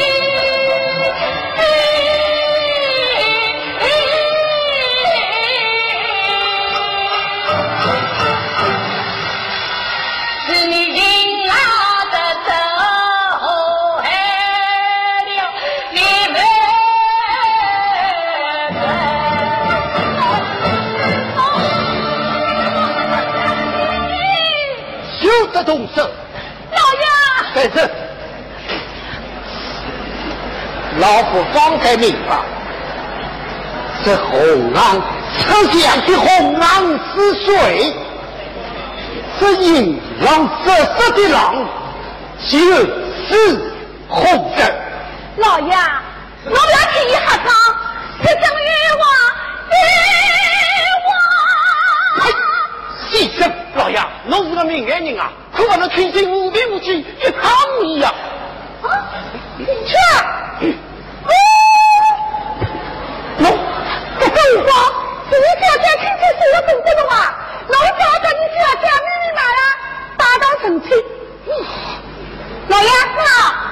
是你引拉的走害了你们休得动手！ 老爷， 在这，老夫方才明白，这红浪测量的红浪是水，这引浪射射的浪就是红人。 老爷，我不要听一下讲，这种冤枉，冤枉！ 牺牲，老爷，侬是个明眼人啊，可不能听信无凭无据一抗议呀！ 啊，去啊！侬这个话，你小姐听见是有本事的话，侬晓得你小姐密密麻麻打到生气。嗯，老爷是啊。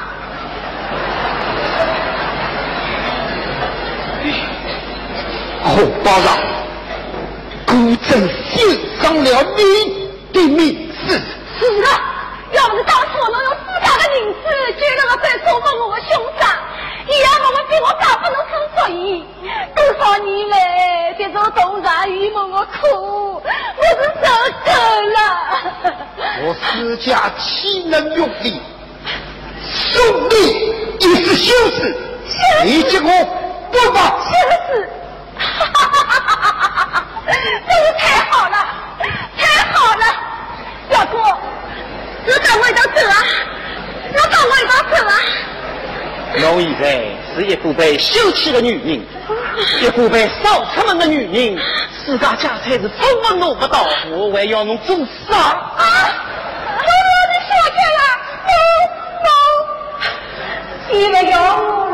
红包上，孤真献上了你的名字。 是的，要不是当初我能用自家的名字追了个在说问我的凶杀，也要我们比我大不能生所以多少年来这种东山与梦的苦，我是受够了。 我私家岂能用力？兄弟也是羞耻，你结果不把羞耻。真是太好了，太好了！老公，你等我一道走啊！你等我一道走啊！ 侬现在是一个被休弃的女人，一个被扫出门的女人，自家家财是分文拿不到，我还要侬做啥？ 啊！我你说去了，不不，你们要我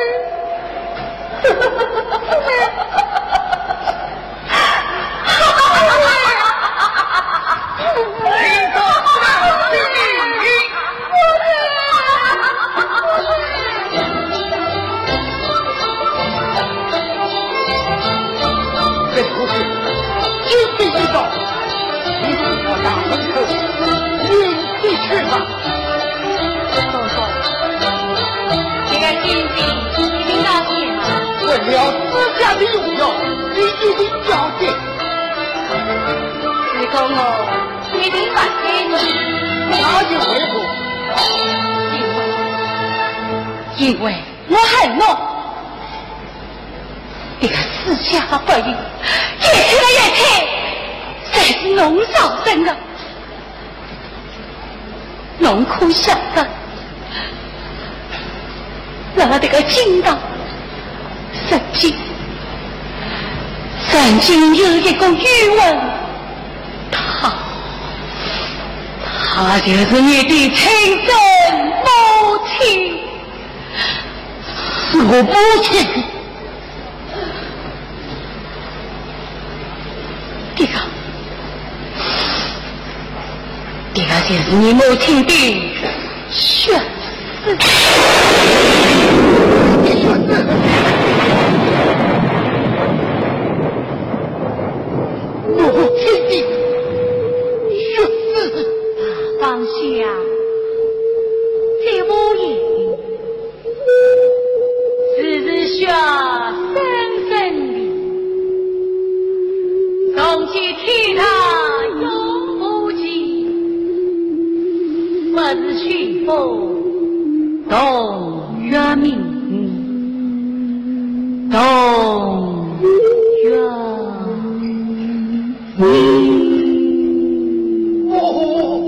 这不是就地一道，你是我大门口领地去吧。 嫂嫂，这个金币一定要给吗？ 为了自家的荣耀，你一定要给。 这个我一定还给你。 那就为何？ 因为，因为我恨侬。这个自家的不义， 结起了也菜，才是侬造成的。侬可晓得，咱们这个金刚，曾经，曾经有一个渔翁，他，他就是你的亲生母亲， 是我母亲。 这个，这个就是你母亲的血丝。 母亲的血丝。 放下，这无言，只是血深深的。动起替他永不及，不是虚风动月明，动月明。 哦。